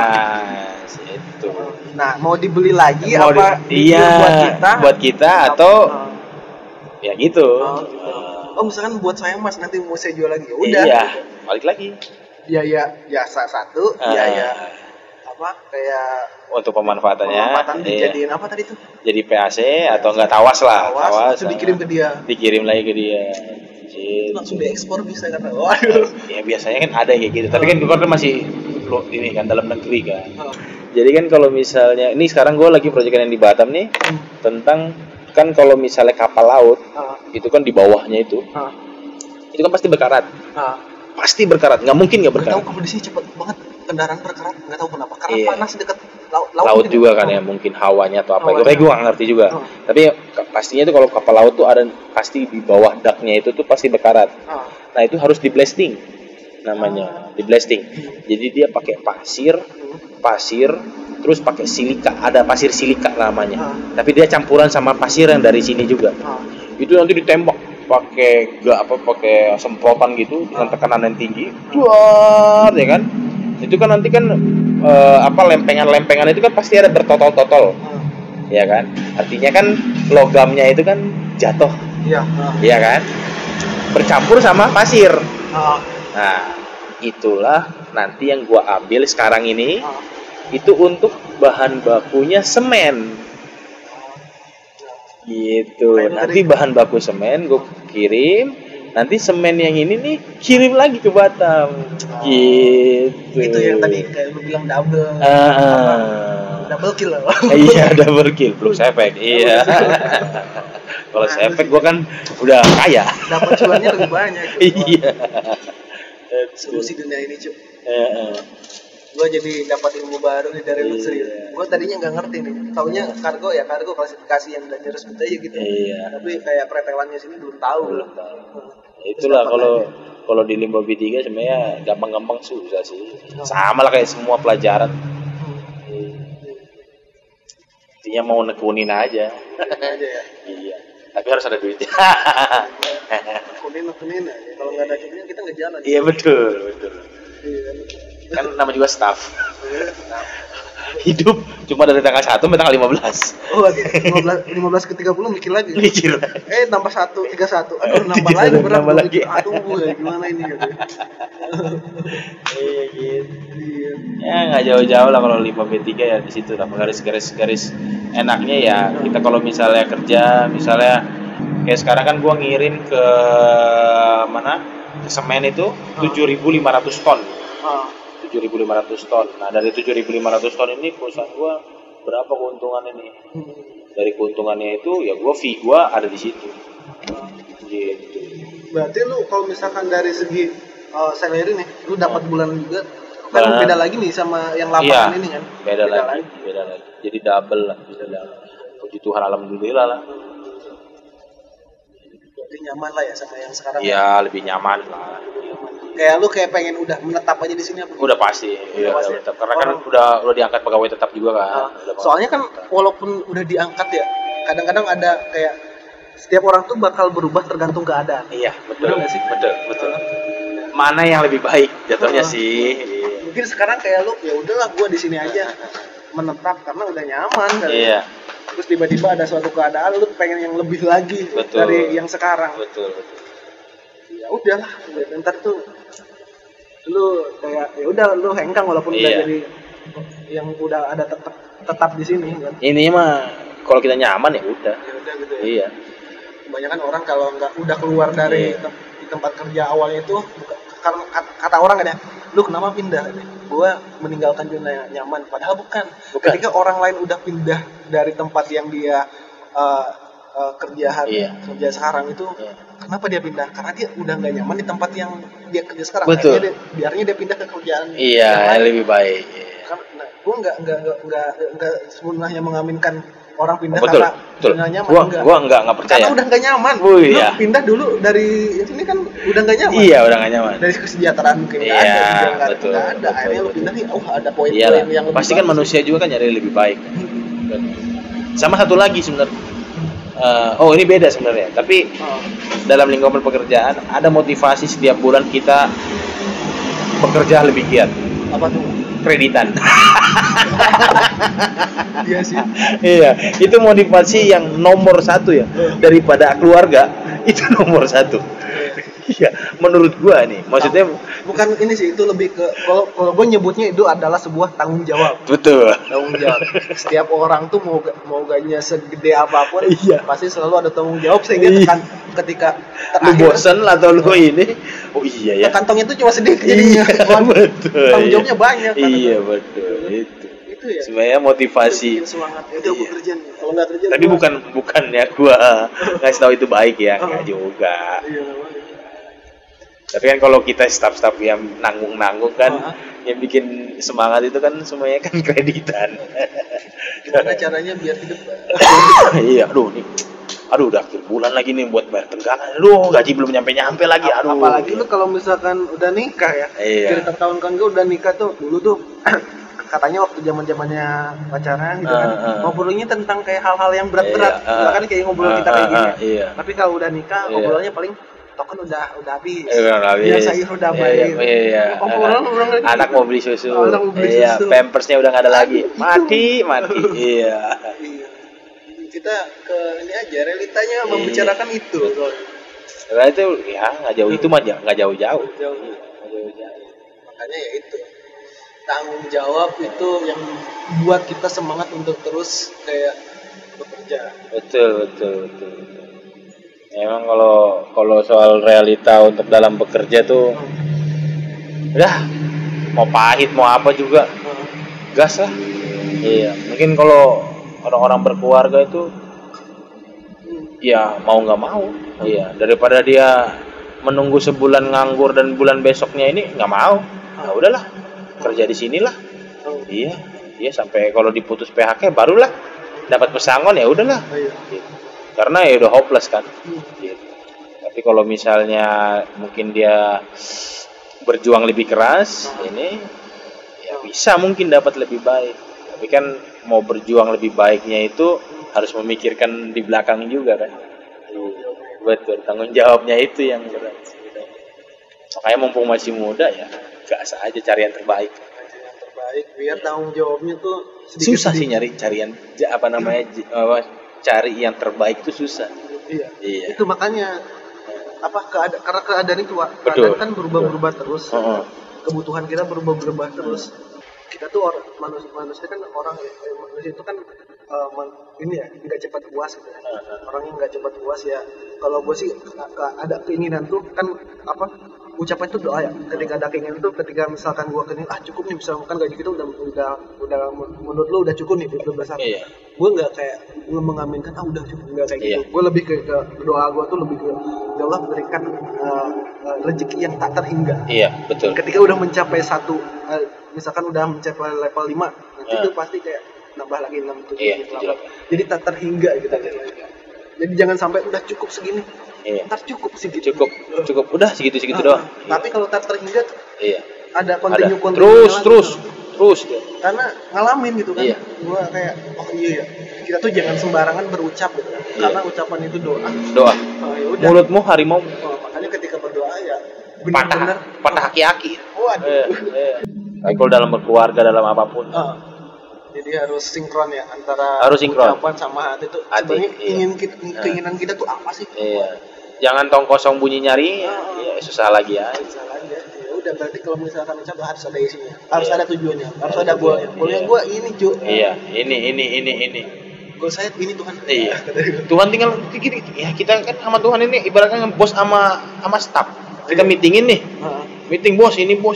Itu.
Nah, mau dibeli lagi
iya, buat kita atau ya gitu.
Oh, misalkan buat saya Mas nanti mau saya jual lagi. Ya udah.
Iya, balik lagi.
Biaya jasa satu, biaya kayak
untuk pemanfaatannya
dijadiin apa tadi tuh?
Jadi PAC atau enggak tawas lah.
Tawas itu dikirim ke dia.
Dikirim lagi ke dia.
Itu langsung diekspor bisa kan? Waduh.
Ya biasanya kan ada kayak gitu. Tapi kan gue kan masih ini kan dalam negeri kan. Jadi kan kalau misalnya ini sekarang gue lagi proyekan yang di Batam nih tentang kan kalau misalnya kapal laut itu kan di bawahnya itu kan pasti berkarat. Pasti berkarat, nggak mungkin nggak berkarat.
Nggak tahu kondisi cepet banget kendaraan berkarat, nggak tahu kenapa. Karena panas dekat
laut juga kan ya, mungkin hawanya atau apa. Gue nggak ngerti juga. Tapi pastinya itu kalau kapal laut tuh ada pasti di bawah daknya itu tuh pasti berkarat. Nah itu harus di blasting namanya, di blasting. Jadi dia pakai pasir, terus pakai silika, ada pasir silika namanya. Tapi dia campuran sama pasir yang dari sini juga. Itu nanti ditembak pakai semprotan gitu dengan tekanan yang tinggi, ya kan? Itu kan nanti kan lempengan itu kan pasti ada bertotol-totol, ya kan? Artinya kan logamnya itu kan jatuh, ya kan? Bercampur sama pasir. Nah, itulah nanti yang gua ambil sekarang ini. Itu untuk bahan bakunya semen gitu. Nanti bahan baku semen gue kirim, nanti semen yang ini nih kirim lagi ke Batam gitu.
Itu yang tadi kayak lu bilang double kill lah.
Iya, double kill plus efek. Iya. Kalau efek gue kan udah kaya,
dapat cuannya lebih banyak.
Iya.
Solusi dunia ini cuy. Gue jadi dapat ilmu baru nih dari lu serius. Gue tadinya nggak ngerti nih, taunya kargo klasifikasi yang udah resmi aja gitu.
Iya.
Tapi kayak pretelannya sini belum tahu.
Itulah kalau di limbah B3 sebenarnya gampang-gampang susah sih. Sama lah kayak semua pelajaran. Intinya mau nekunin aja.
Ya.
Iya. Tapi harus ada duitnya.
Nekunin aja. Kalau nggak ada duitnya kita nggak jalan.
Iya betul.
Iya.
Kan nama juga staff. hidup cuma dari tanggal 1 sampai tanggal 15.
Oh, 15 ke 30 mikir lagi.
Mikir.
Tambah 31. Aduh, nambah
31,
lagi berat.
nambah lagi.
Aduh, gimana ini gitu.
Iya gitu. Ya nggak jauh-jauh lah kalau 5B3 ya di situ lah garis enaknya ya kita kalau misalnya kerja misalnya kayak sekarang kan gua ngirim ke mana ke semen itu 7.500 ton. 7.500 ton. Nah dari 7.500 ton ini perusahaan gua berapa keuntungan ini? Dari keuntungannya itu ya fee gua ada di situ. Gitu.
Berarti lu kalau misalkan dari segi salary nih, lu dapat bulanan juga. Kan beda lagi nih sama yang lapangan ini kan.
Beda lagi. Jadi double lah, puji Tuhan alhamdulillah lah.
Lebih nyaman lah ya sama yang sekarang.
Iya, lebih nyaman lah.
Kayak lu pengen udah menetap aja di sini apa?
Udah pasti. Iya, udah menetap. Karena kan udah diangkat pegawai tetap juga kan.
Soalnya kan walaupun udah diangkat ya, kadang-kadang ada kayak setiap orang tuh bakal berubah tergantung keadaan.
Iya, betul. Betul. Mana yang lebih baik jatuhnya sih.
Mungkin sekarang kayak lu ya udahlah gua di sini aja menetap karena udah nyaman kan.
Iya.
Terus tiba-tiba ada suatu keadaan lu pengen yang lebih lagi dari yang sekarang.
Betul.
Ya udahlah, ntar tuh lu kayak ya udah lu hengkang walaupun udah jadi yang udah ada tetap di sini kan. Ini
mah kalau kita nyaman ya udah.
Ya udah gitu ya.
Iya.
Kebanyakan orang kalau udah keluar dari tempat kerja awalnya itu karena kata orang kan ya, lu kenapa pindah? Gua meninggalkan zona nyaman, padahal bukan. Ketika orang lain udah pindah dari tempat yang dia kerja sekarang itu, kenapa dia pindah? Karena dia udah nggak nyaman di tempat yang dia kerja sekarang.
Betul.
Biarnya dia pindah ke kerjaan
yang lebih baik.
Nah, gua nggak sebenarnya mengaminkan orang pindah
betul.
karena nyaman.
Gua nggak percaya.
Karena udah nggak nyaman. Lu pindah dulu dari ini kan udah nggak nyaman.
Iya, udah nggak nyaman.
Dari kesejahteraan mungkin nggak ada. Akhirnya lu pindah nih, ada poin-poin yang lebih
pasti kan manusia juga kan nyari lebih baik. Sama satu lagi sebenarnya. Ini beda sebenarnya. Tapi dalam lingkungan pekerjaan ada motivasi setiap bulan kita bekerja lebih giat.
Apa tuh?
Kreditan.
Iya sih.
Iya, itu motivasi yang nomor 1 ya daripada keluarga itu nomor 1. Iya, menurut gua nih, maksudnya
bukan ini sih, itu lebih ke kalau gua nyebutnya itu adalah sebuah tanggung jawab.
Betul.
Tanggung jawab. Setiap orang tuh mau gajinya segede apapun, pasti selalu ada tanggung jawab sehingga ketika
lu bosan atau lu ini, ya.
Kantongnya itu cuma sedikit jadinya.
Betul.
Tanggung jawabnya banyak.
Iya, betul. Itu ya. Sebenarnya motivasi.
Semangat itu bekerja. Kalau enggak kerja.
Tapi bukannya gua ngasih tahu itu baik ya, enggak juga.
Iya.
Tapi kan kalau kita staff-staff yang nanggung kan, yang bikin semangat itu kan semuanya kan kreditan.
Gimana caranya biar hidup?
Iya, aduh udah akhir bulan lagi nih buat bayar tenggangan. Aduh, gaji belum nyampe lagi. Aduh.
Apalagi lu kalau misalkan udah nikah ya. Cerita tahun kan gue udah nikah tuh. Dulu tuh katanya waktu zaman-zamannya pacaran gitu kan. Ngobrolnya tentang kayak hal-hal yang berat-berat. Bahkan kayak ngobrol kita kayak gini. Tapi kalau udah nikah ngobrolnya paling token udah habis. Biasa sayur udah bayar.
Anak mau beli susu. Pampersnya udah nggak ada lagi. Mati. Iya.
Kita ke ini aja realitanya membicarakan itu.
Karena itu ya nggak jauh itu mah nggak jauh-jauh.
Makanya ya itu tanggung jawab itu yang buat kita semangat untuk terus kayak bekerja.
Betul. Emang kalau soal realita untuk dalam bekerja tuh, udah mau pahit mau apa juga, gas lah. Iya, mungkin kalau orang-orang berkeluarga itu, ya mau nggak mau, iya daripada dia menunggu sebulan nganggur dan bulan besoknya ini nggak mau, nah udahlah kerja di sinilah. Iya sampai kalau diputus PHK barulah dapat pesangon ya udahlah. Gitu. Karena ya udah hopeless kan. Gitu. Tapi kalau misalnya mungkin dia berjuang lebih keras, ini ya bisa mungkin dapat lebih baik. Tapi kan mau berjuang lebih baiknya itu harus memikirkan di belakang juga kan. Betul, tanggung jawabnya itu yang berat. Makanya mumpung masih muda ya gas aja cari yang terbaik.
baik biar tanggung jawabnya tuh sedikit
Susah sih cari yang terbaik itu susah.
Iya. Itu makanya karena keadaan itu
Betul.
keadaan kan berubah-berubah terus. Kebutuhan kita berubah-berubah terus. Kita tuh manusia kan orang manusia itu kan nggak cepat puas gitu. Orang yang nggak cepat puas ya. Kalau gue sih ada keinginan tuh kan ucapan itu doa ya. Ketika ada keinginan tuh, ketika misalkan gue keinginan cukup nih misalkan gaji kita udah menurut lo udah cukup nih udah besar. Gue nggak kayak mengaminkan udah cukup, nggak kayak gitu. Gue lebih ke doa gue tuh lebih ke ya Allah berikan rezeki yang tak terhingga.
Iya betul.
Ketika udah mencapai satu misalkan udah mencapai level 5 nanti itu pasti kayak nambah lagi 6, 7, 8. Jadi tak terhingga gitu. Jadi jangan sampai udah cukup segini. Ntar cukup segitu.
Cukup. Udah segitu doang.
Tapi kalau tak terhingga ada
terus.
Karena ngalamin gitu kan. Gua kayak kita tuh jangan sembarangan berucap gitu. Karena ucapan itu doa. Yaudah.
Mulutmu harimau.
Makanya ketika berdoa ya
benar-benar patah aki-aki.
Waduh.
Kalau dalam berkeluarga, dalam apapun.
Jadi harus sinkron ya antara ucapan sama hati tuh. Sebenarnya keinginan kita tuh apa sih?
Jangan tong kosong bunyi nyari. Susah lagi ya.
Ya udah berarti kalau misalkan ucap harus ada isinya. Harus ada tujuannya. Harus ada goalnya. Goalnya gue ini, Cuk.
Ini.
Goal saya ini Tuhan.
Tuhan tinggal gitu. Ya kita kan sama Tuhan ini ibaratnya bos sama staff. Kita meetingin nih. Meeting bos, ini bos.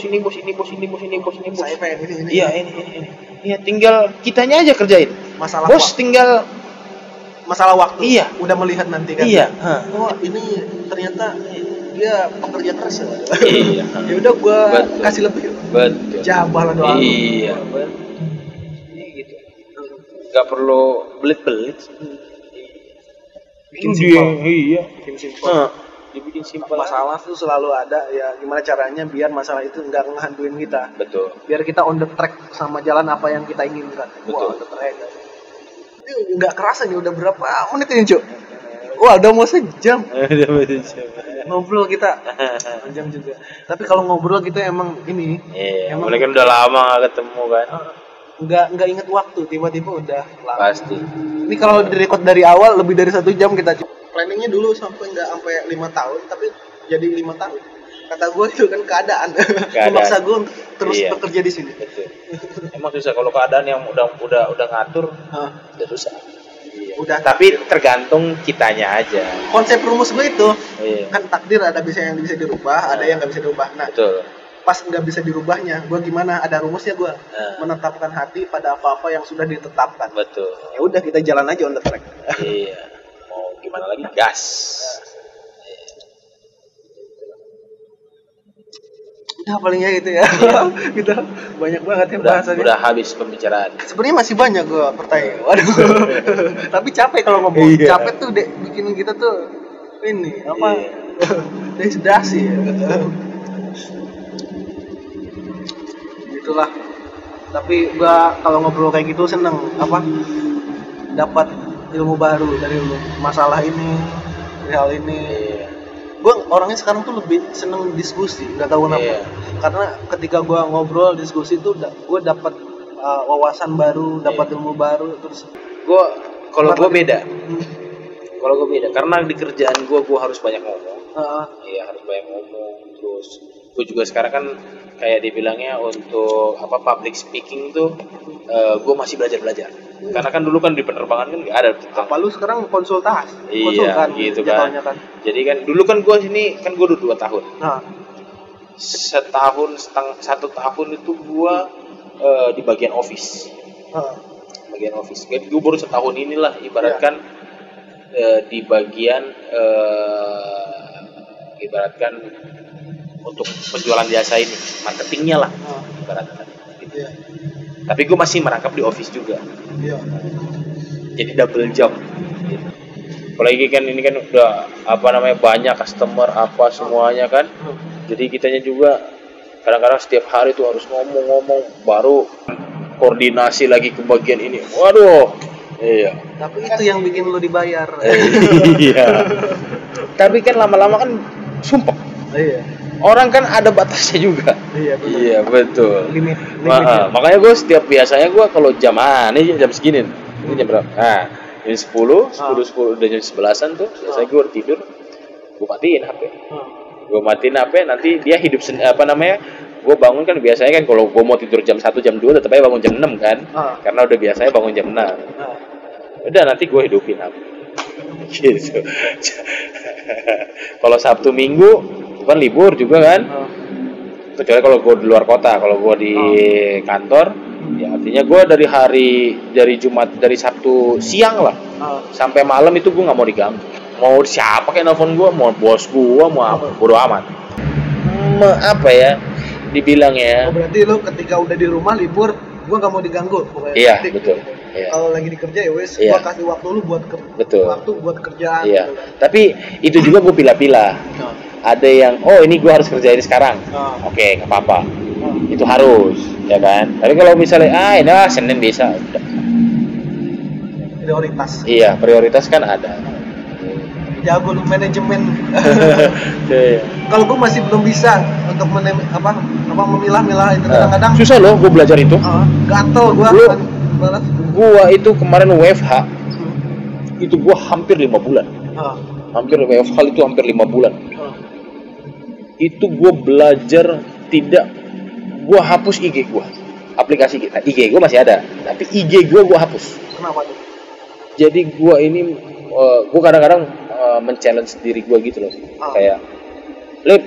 Saya pengen ini.
Iya, ini. Iya, tinggal kitanya aja kerjain.
Masalah
bos waktu. Tinggal
masalah waktu.
Iya.
Udah melihat nanti kan.
Iya.
Ini ternyata dia pekerja keras ya.
Iya.
Ya udah gua kasih lebih.
Betul.
Jabah lah doang.
Iya. Gitu. Gak perlu belit-belit.
Bikin simpel.
Iya.
Bikin simpel.
Dibikin simpel.
Masalah tuh selalu ada ya, gimana caranya biar masalah itu nggak ngehantuin kita.
Betul.
Biar kita on the track sama jalan apa yang kita inginkan.
Betul.
On the track. Ini nggak kerasa nih udah berapa menit ini, Cuk? Udah mau sejam. Ngobrol kita jam juga. Tapi kalau ngobrol kita emang ini.
Iya. Emang kan udah lama nggak ketemu kan.
Nggak inget waktu, tiba-tiba udah lama.
Pasti.
Ini kalau direkod dari awal lebih dari 1 jam kita. Planningnya dulu sampai 5 tahun, tapi jadi 5 tahun. Kata gue itu kan keadaan. Memaksa gue untuk terus bekerja di sini.
Betul. Emang susah kalau keadaan yang udah ngatur, udah susah.
Udah.
Tapi tergantung kitanya aja.
Konsep rumus gue itu kan takdir ada yang bisa dirubah, ada yang nggak bisa dirubah. Nah,
betul.
Pas nggak bisa dirubahnya, gue gimana? Ada rumusnya gue. Menetapkan hati pada apa-apa yang sudah ditetapkan.
Betul.
Ya udah kita jalan aja on the track.
Iya. Gimana lagi? Gas.
Udah palingnya gitu ya. Gitu. Banyak banget ya bahasannya.
Udah habis pembicaraan.
Sebenarnya masih banyak gue pertanyaan. Waduh. Tapi capek kalau ngomong. Capek tuh bikin kita tuh ini dehidrasi ya. Itulah. Tapi gue kalau ngobrol kayak gitu seneng dapat ilmu baru dari lu, masalah ini, hal ini. Gue orangnya sekarang tuh lebih seneng diskusi, nggak tahu kenapa. Karena ketika gue ngobrol diskusi tuh gue dapat wawasan baru, dapat ilmu baru. Terus
kalau gue beda. Kalau gue beda, karena di kerjaan gue harus banyak ngomong. Harus banyak ngomong. Terus gue juga sekarang kan kayak dibilangnya untuk public speaking tuh gue masih belajar. Karena kan dulu kan di penerbangan kan nggak ada.
Apa lu sekarang konsultan
gitu kan. Jadi kan dulu kan gue sini kan gue udah 2 tahun. Satu tahun itu gue di bagian office. Bagian office. Gue baru setahun inilah ibaratkan di bagian ibaratkan untuk penjualan jasa ini, marketingnya lah ibaratkan. Gitu. Tapi gue masih merangkap di office juga. Jadi double job. Gitu. Apalagi kan ini kan udah banyak customer semuanya kan. Jadi kitanya juga kadang-kadang setiap hari tuh harus ngomong baru koordinasi lagi ke bagian ini. Waduh. Iya.
Tapi itu yang bikin lu dibayar.
Iya. Tapi kan lama-lama kan sumpah.
Iya.
orang kan ada batasnya juga.
Iya betul.
Iya betul.
Limit.
Makanya gue biasanya gue kalau jam jam segini, ini jam berapa? Nah, jam 10 udah jam 11-an tuh, biasanya gue tidur, gue matiin HP. Gue matiin HP, nanti dia hidup gue bangun kan biasanya kan kalau gue mau tidur jam 1 jam 2 tetap aja bangun jam 6 kan. Karena udah biasanya bangun jam 6. Udah nanti gue hidupin HP. Gitu. Kalau Sabtu Minggu kan libur juga kan. Kecuali kalau gue di luar kota, kalau gue di kantor, ya artinya gue dari Sabtu siang lah sampai malam itu gue nggak mau diganggu. Mau siapa kayak nelfon gue, mau bos gue, mau apa, bodo amat. Apa ya? Dibilang ya.
Berarti lo ketika udah di rumah libur, gue nggak mau diganggu.
Iya betul. Iya.
Kalau lagi di kerja ya wes, gue kasih waktu lu buat waktu buat kerjaan.
Iya. Tapi itu juga gue pilah-pilah. Ada yang ini gue harus kerjain sekarang. Oke, nggak apa-apa. Itu harus, ya kan. Tapi kalau misalnya ini Senin bisa. Udah.
Prioritas.
Iya, prioritas kan ada.
Jago lu manajemen. Kalau gue masih belum bisa untuk memilah-milah itu kadang-kadang.
Susah loh, gue belajar itu.
Gatel gue.
Gue itu kemarin WFH. Itu gue hampir 5 bulan. Hampir WFH itu hampir 5 bulan. Itu gue belajar gue hapus IG gue. Aplikasi kita, IG gue masih ada, tapi IG gue hapus.
Kenapa tuh?
Jadi gue ini, gue kadang-kadang men-challenge diri gue gitu loh. Kayak, Lip,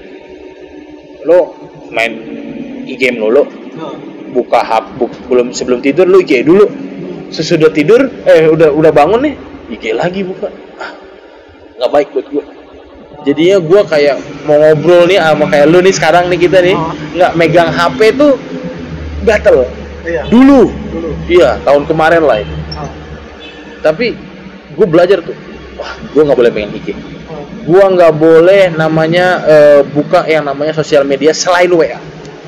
lo main IG lo buka sebelum tidur lo IG dulu. Sesudah tidur, udah bangun nih, IG lagi buka. Nggak baik buat gue. Jadinya gue kayak mau ngobrol nih sama kayak lu nih sekarang nih kita nih, nggak megang HP tuh gatel. Dulu. Iya, tahun kemarin lah itu. Tapi gue belajar tuh, gue nggak boleh pegang IG. Gue nggak boleh namanya buka yang namanya sosial media selain WA.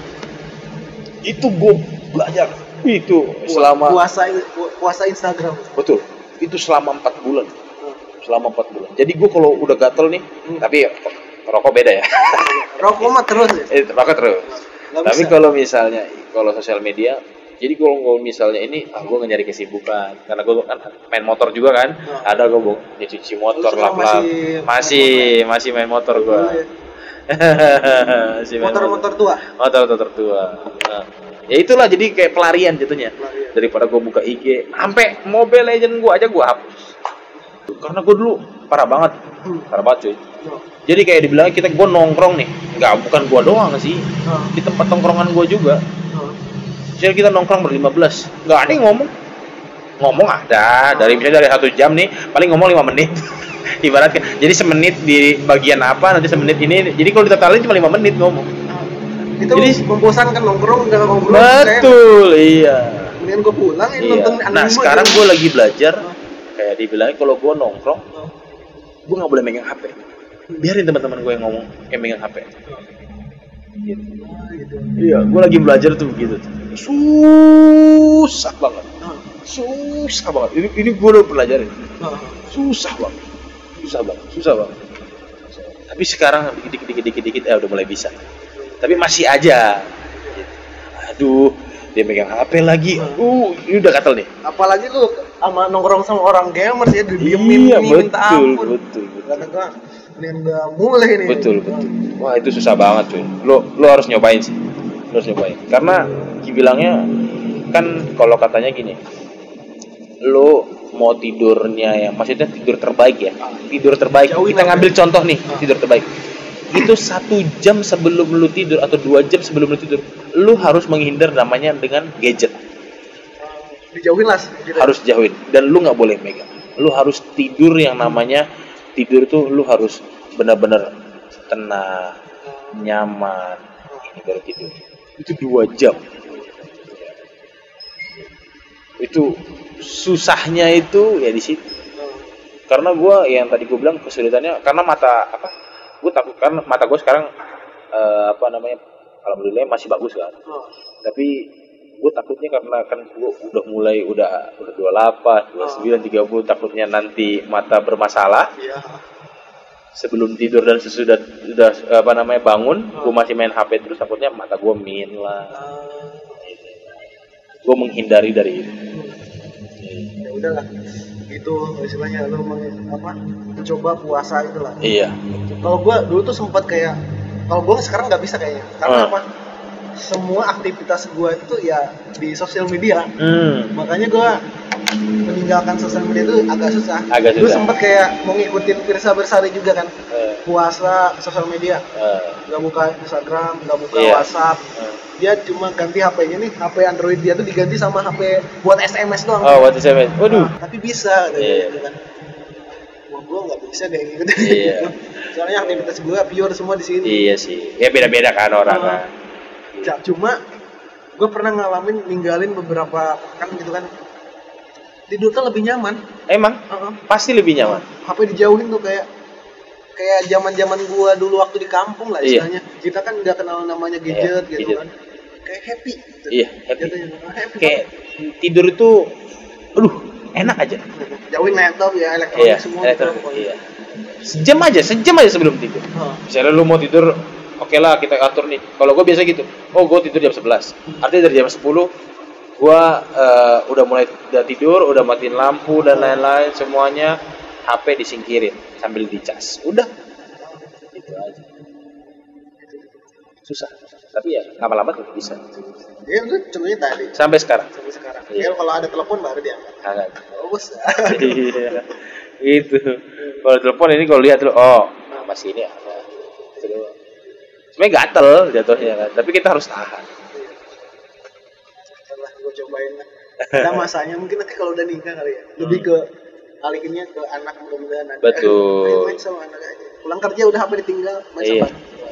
Itu gue belajar. Itu selama
puasa Instagram.
Betul. Itu selama 4 bulan. Selama 4 bulan. Jadi gue kalau udah gatel nih, tapi rokok beda ya.
Rokok mah terus.
Rokok terus. Tapi kalau misalnya sosial media, jadi kalau misalnya ini, gue nyari kesibukan, karena gue kan main motor juga kan, ada gue cuci motor lap-lap, masih main motor gue.
Motor tua.
Motor tua. Nah, ya itulah jadi kayak pelarian jatuhnya. Daripada gue buka IG, sampai Mobile Legend gue aja gue hapus. Karena gue dulu parah banget cuy. Jadi kayak dibilang gue nongkrong nih, bukan gue doang sih, di tempat nongkrongan gue juga. Jadi kita nongkrong ber-15, nggak ada yang ngomong ada, dari 1 jam nih, paling ngomong 5 menit. Ibaratkan, jadi semenit di bagian apa, nanti semenit ini, jadi kalau ditotalin cuma 5 menit ngomong.
Itu jadi membosankan nongkrong, nggak ngobrol.
Betul, iya.
Kemudian gue pulang, nonton anime.
Nah sekarang gue lagi belajar, kayak dibilangin kalau gue nongkrong, gue nggak boleh megang HP. Biarin teman-teman gue yang ngomong, yang megang HP. Gitu. Iya, gue lagi belajar tuh begitu. Susah banget. Ini gue udah pelajarin. Susah banget. Tapi sekarang dikit udah mulai bisa. Tapi masih aja. Aduh, dia megang HP lagi. Ini udah gatel nih.
Apalagi lu sama nongkrong sama orang gamers ya, didiemin minta ampun.
Betul.
Ini udah mulai nih.
Betul. Wah, itu susah banget cuy. Lo harus nyobain sih. Karena dibilangnya kan kalau katanya gini. Lo mau tidurnya yang maksudnya tidur terbaik ya. Tidur terbaik. Kita ngambil contoh nih, tidur terbaik. Itu 1 jam sebelum lu tidur atau 2 jam sebelum lu tidur, lu harus menghindar namanya dengan gadget.
Dijauhin lah.
Harus jauhin dan lu nggak boleh megang. Lu harus tidur yang namanya tidur tuh lu harus benar-benar tenang, nyaman. Ini baru tidur. Itu 2 jam. Itu susahnya itu ya di situ. Karena yang tadi gue bilang kesulitannya karena gue takut karena mata gue sekarang alhamdulillah masih bagus kan. Tapi gue takutnya karena kan gue udah 28, 29, 30 takutnya nanti mata bermasalah. sebelum tidur dan sesudah bangun, gue masih main HP terus, takutnya mata gue min lah. Gue menghindari dari itu.
Ya udahlah, itu istilahnya lo mencoba puasa itulah.
Iya.
Kalau gue dulu tuh sempat kayak, kalau gue sekarang nggak bisa kayaknya, karena apa? Semua aktivitas gue itu ya di sosial media. Makanya gue meninggalkan sosial media itu agak susah. Dulu sempat kayak mau ngikutin Pirsa Bersari juga kan, puasa sosial media, nggak buka Instagram, nggak buka WhatsApp. Dia cuma ganti HP-nya nih, HP Android dia tuh diganti sama HP buat SMS doang.
Oh, buat SMS. Waduh.
Tapi bisa gitu kan. Wah, gue nggak bisa kayak gitu.
Iya.
Soalnya aktivitas gue pure semua di sini.
Iya sih. Ya beda-beda kan orang.
Cuma gue pernah ngalamin ninggalin beberapa pekan gitu kan. Tidur tuh lebih nyaman.
Emang? Pasti lebih nyaman.
HP dijauhin tuh kayak zaman-zaman gua dulu waktu di kampung lah istilahnya. Kita kan nggak kenal namanya gadget gitu kan. Kayak happy gitu.
Iya, happy.
Happy
kayak tidur itu enak aja.
Jauhin laptop ya, elektronik semua gitu.
Iya. Sejam aja sebelum tidur. Misalnya lu mau tidur, oke lah kita atur nih. Kalau gua biasa gitu. Oh, gua tidur jam 11. Artinya dari jam 10 gua udah tidur, udah matiin lampu dan lain-lain semuanya, HP disingkirin sambil dicas. Udah. Itu aja. Susah. Tapi ya lama-lama tuh bisa.
Ya udah contohnya tadi.
Sampai sekarang.
Ya kalau ada telepon baru diangkat.
Angkat.
Bagus.
Iya. Itu. Kalau telepon ini kalau lihat dulu, masih ini ada. Sebenarnya gatel jatuhnya kan, tapi kita harus tahan.
Gue cobain lah. Ada masanya mungkin nanti kalau udah nikah kali ya. Lebih ke alihinnya ke anak, mudah-mudahan.
Betul.
Main sama anak aja. Pulang kerja udah HP ditinggal, main sama.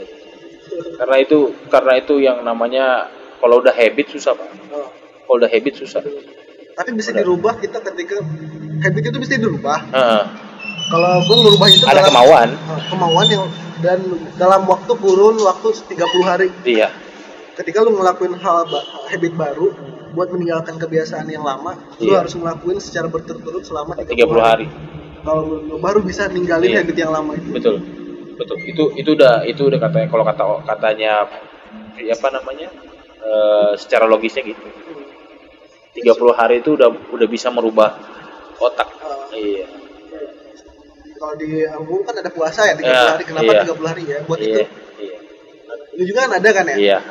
Karena itu yang namanya kalau udah habit susah, Pak. Kalau udah habit susah.
Tapi bisa dirubah kita ketika habit itu bisa dirubah. Kalau gue ngerubah itu
ada kemauan
yang dan dalam waktu kurun waktu 30 hari.
Iya.
Ketika lu ngelakuin habit baru buat meninggalkan kebiasaan yang lama, lu harus ngelakuin secara berturut-turut selama 30 hari. Kalau lu baru bisa ninggalin habit yang lama itu.
Betul. Itu udah katanya, kalau katanya secara logisnya gitu. 30 hari itu udah bisa merubah otak. Iya.
Kalau di Ambung kan ada puasa ya 30 hari. Kenapa 30 hari ya? Buat itu.
Iya.
Lu juga kan ada kan ya?
Iya.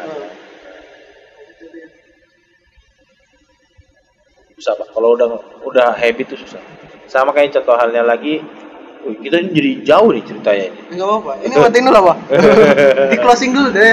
Susah, Pak. Kalau udah habit itu susah. Sama kayak contoh halnya lagi, kita jadi jauh nih ceritanya ini.
Enggak apa-apa. Ini matiin dulu, Pak. Di closing dulu deh.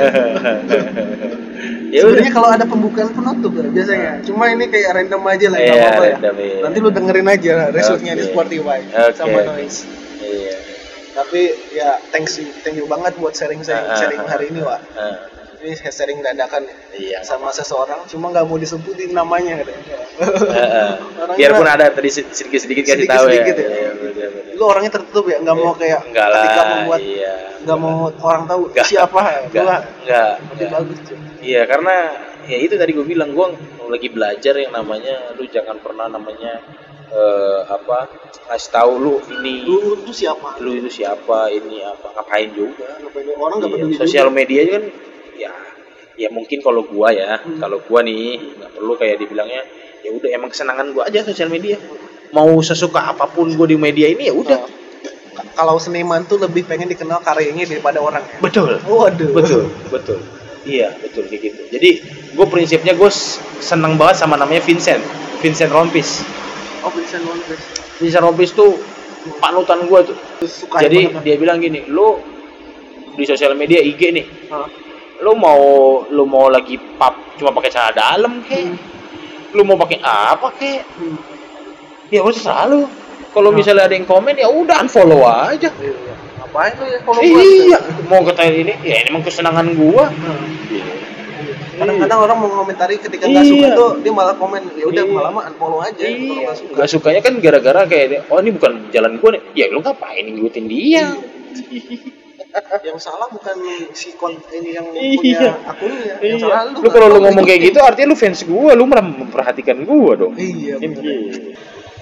Ya sebenarnya kalau ada pembukaan penutup lah biasanya. Cuma ini kayak random aja lah, enggak apa-apa ya. Nanti lu dengerin aja resultnya di Spotify sama Noise.
Iya.
Tapi ya thank you banget buat sharing hari ini, Wak. Ini sharing dadakan ya. Sama seseorang, cuma nggak mau disebutin namanya katanya.
Biarpun ada tadi sedikit kasih tahu ya.
Lu orangnya tertutup ya, nggak mau kayak ketika membuat, nggak mau orang tahu siapa.
Nggak.
Bagus.
Iya, karena ya itu tadi gue bilang, gue lagi belajar yang namanya, lu jangan pernah namanya ngasih tahu lu itu siapa, ini apa, ngapain juga.
Orang nggak peduli.
Sosial media kan ya mungkin kalau gua nih nggak perlu kayak dibilangnya, ya udah emang kesenangan gua aja sosial media, mau sesuka apapun gua di media ini ya udah.
Kalau seniman tuh lebih pengen dikenal karyanya daripada orang.
Betul.
Waduh.
Betul. Iya, betul kayak gitu. Jadi gua prinsipnya gua senang banget sama namanya Vincent Rompis.
Oh,
Vincent Rompis tuh panutan gua tuh. Jadi dia bilang gini, lu di sosial media IG nih. Lu mau lagi cuma pakai celana dalam kek, lu mau pakai apa kek, ya udah terserah lu. Kalau misalnya ada yang komen ya udah unfollow aja.
Ngapain lu ya follow
gua? Iya, mau kata ini ya ini emang kesenangan gua.
Kadang-kadang orang mau komentari ketika nggak suka tuh dia malah komen, ya udah malah unfollow aja.
Nggak sukanya kan gara-gara kayak ini bukan jalan gua nih, ya lu ngapain ngikutin dia?
Yang salah bukan si ini yang punya akunnya, yang salah lu.
Lu kalau lu ngomong kayak gitu artinya lu fans gua, lu memperhatikan gua dong.
Iya.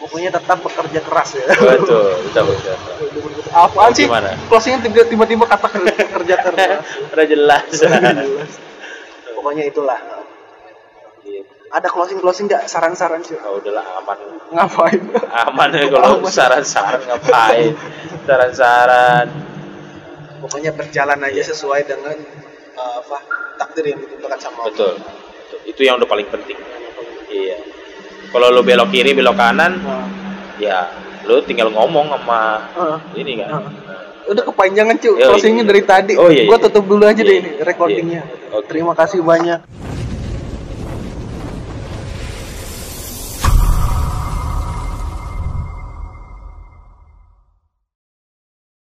Pokoknya tetap bekerja keras ya.
Betul.
Apaan sih?
Gimana?
Closingnya tiba-tiba kata kerja keras.
Udah jelas.
Pokoknya itulah. Ada closing nggak? Saran-saran sih?
Oh, udahlah aman.
Ngapain?
Aman ya kalau saran-saran ngapain? Saran-saran.
Pokoknya berjalan aja sesuai dengan takdir yang ditentukan sama Allah.
Betul. Itu yang udah paling penting. Iya. Kalau lu belok kiri, belok kanan, ya lu tinggal ngomong sama ini kan.
Udah kepanjangan cuy, closingnya dari tadi.
Oh, iya.
Gua tutup dulu aja deh ini recordingnya.
Okay.
Terima kasih banyak.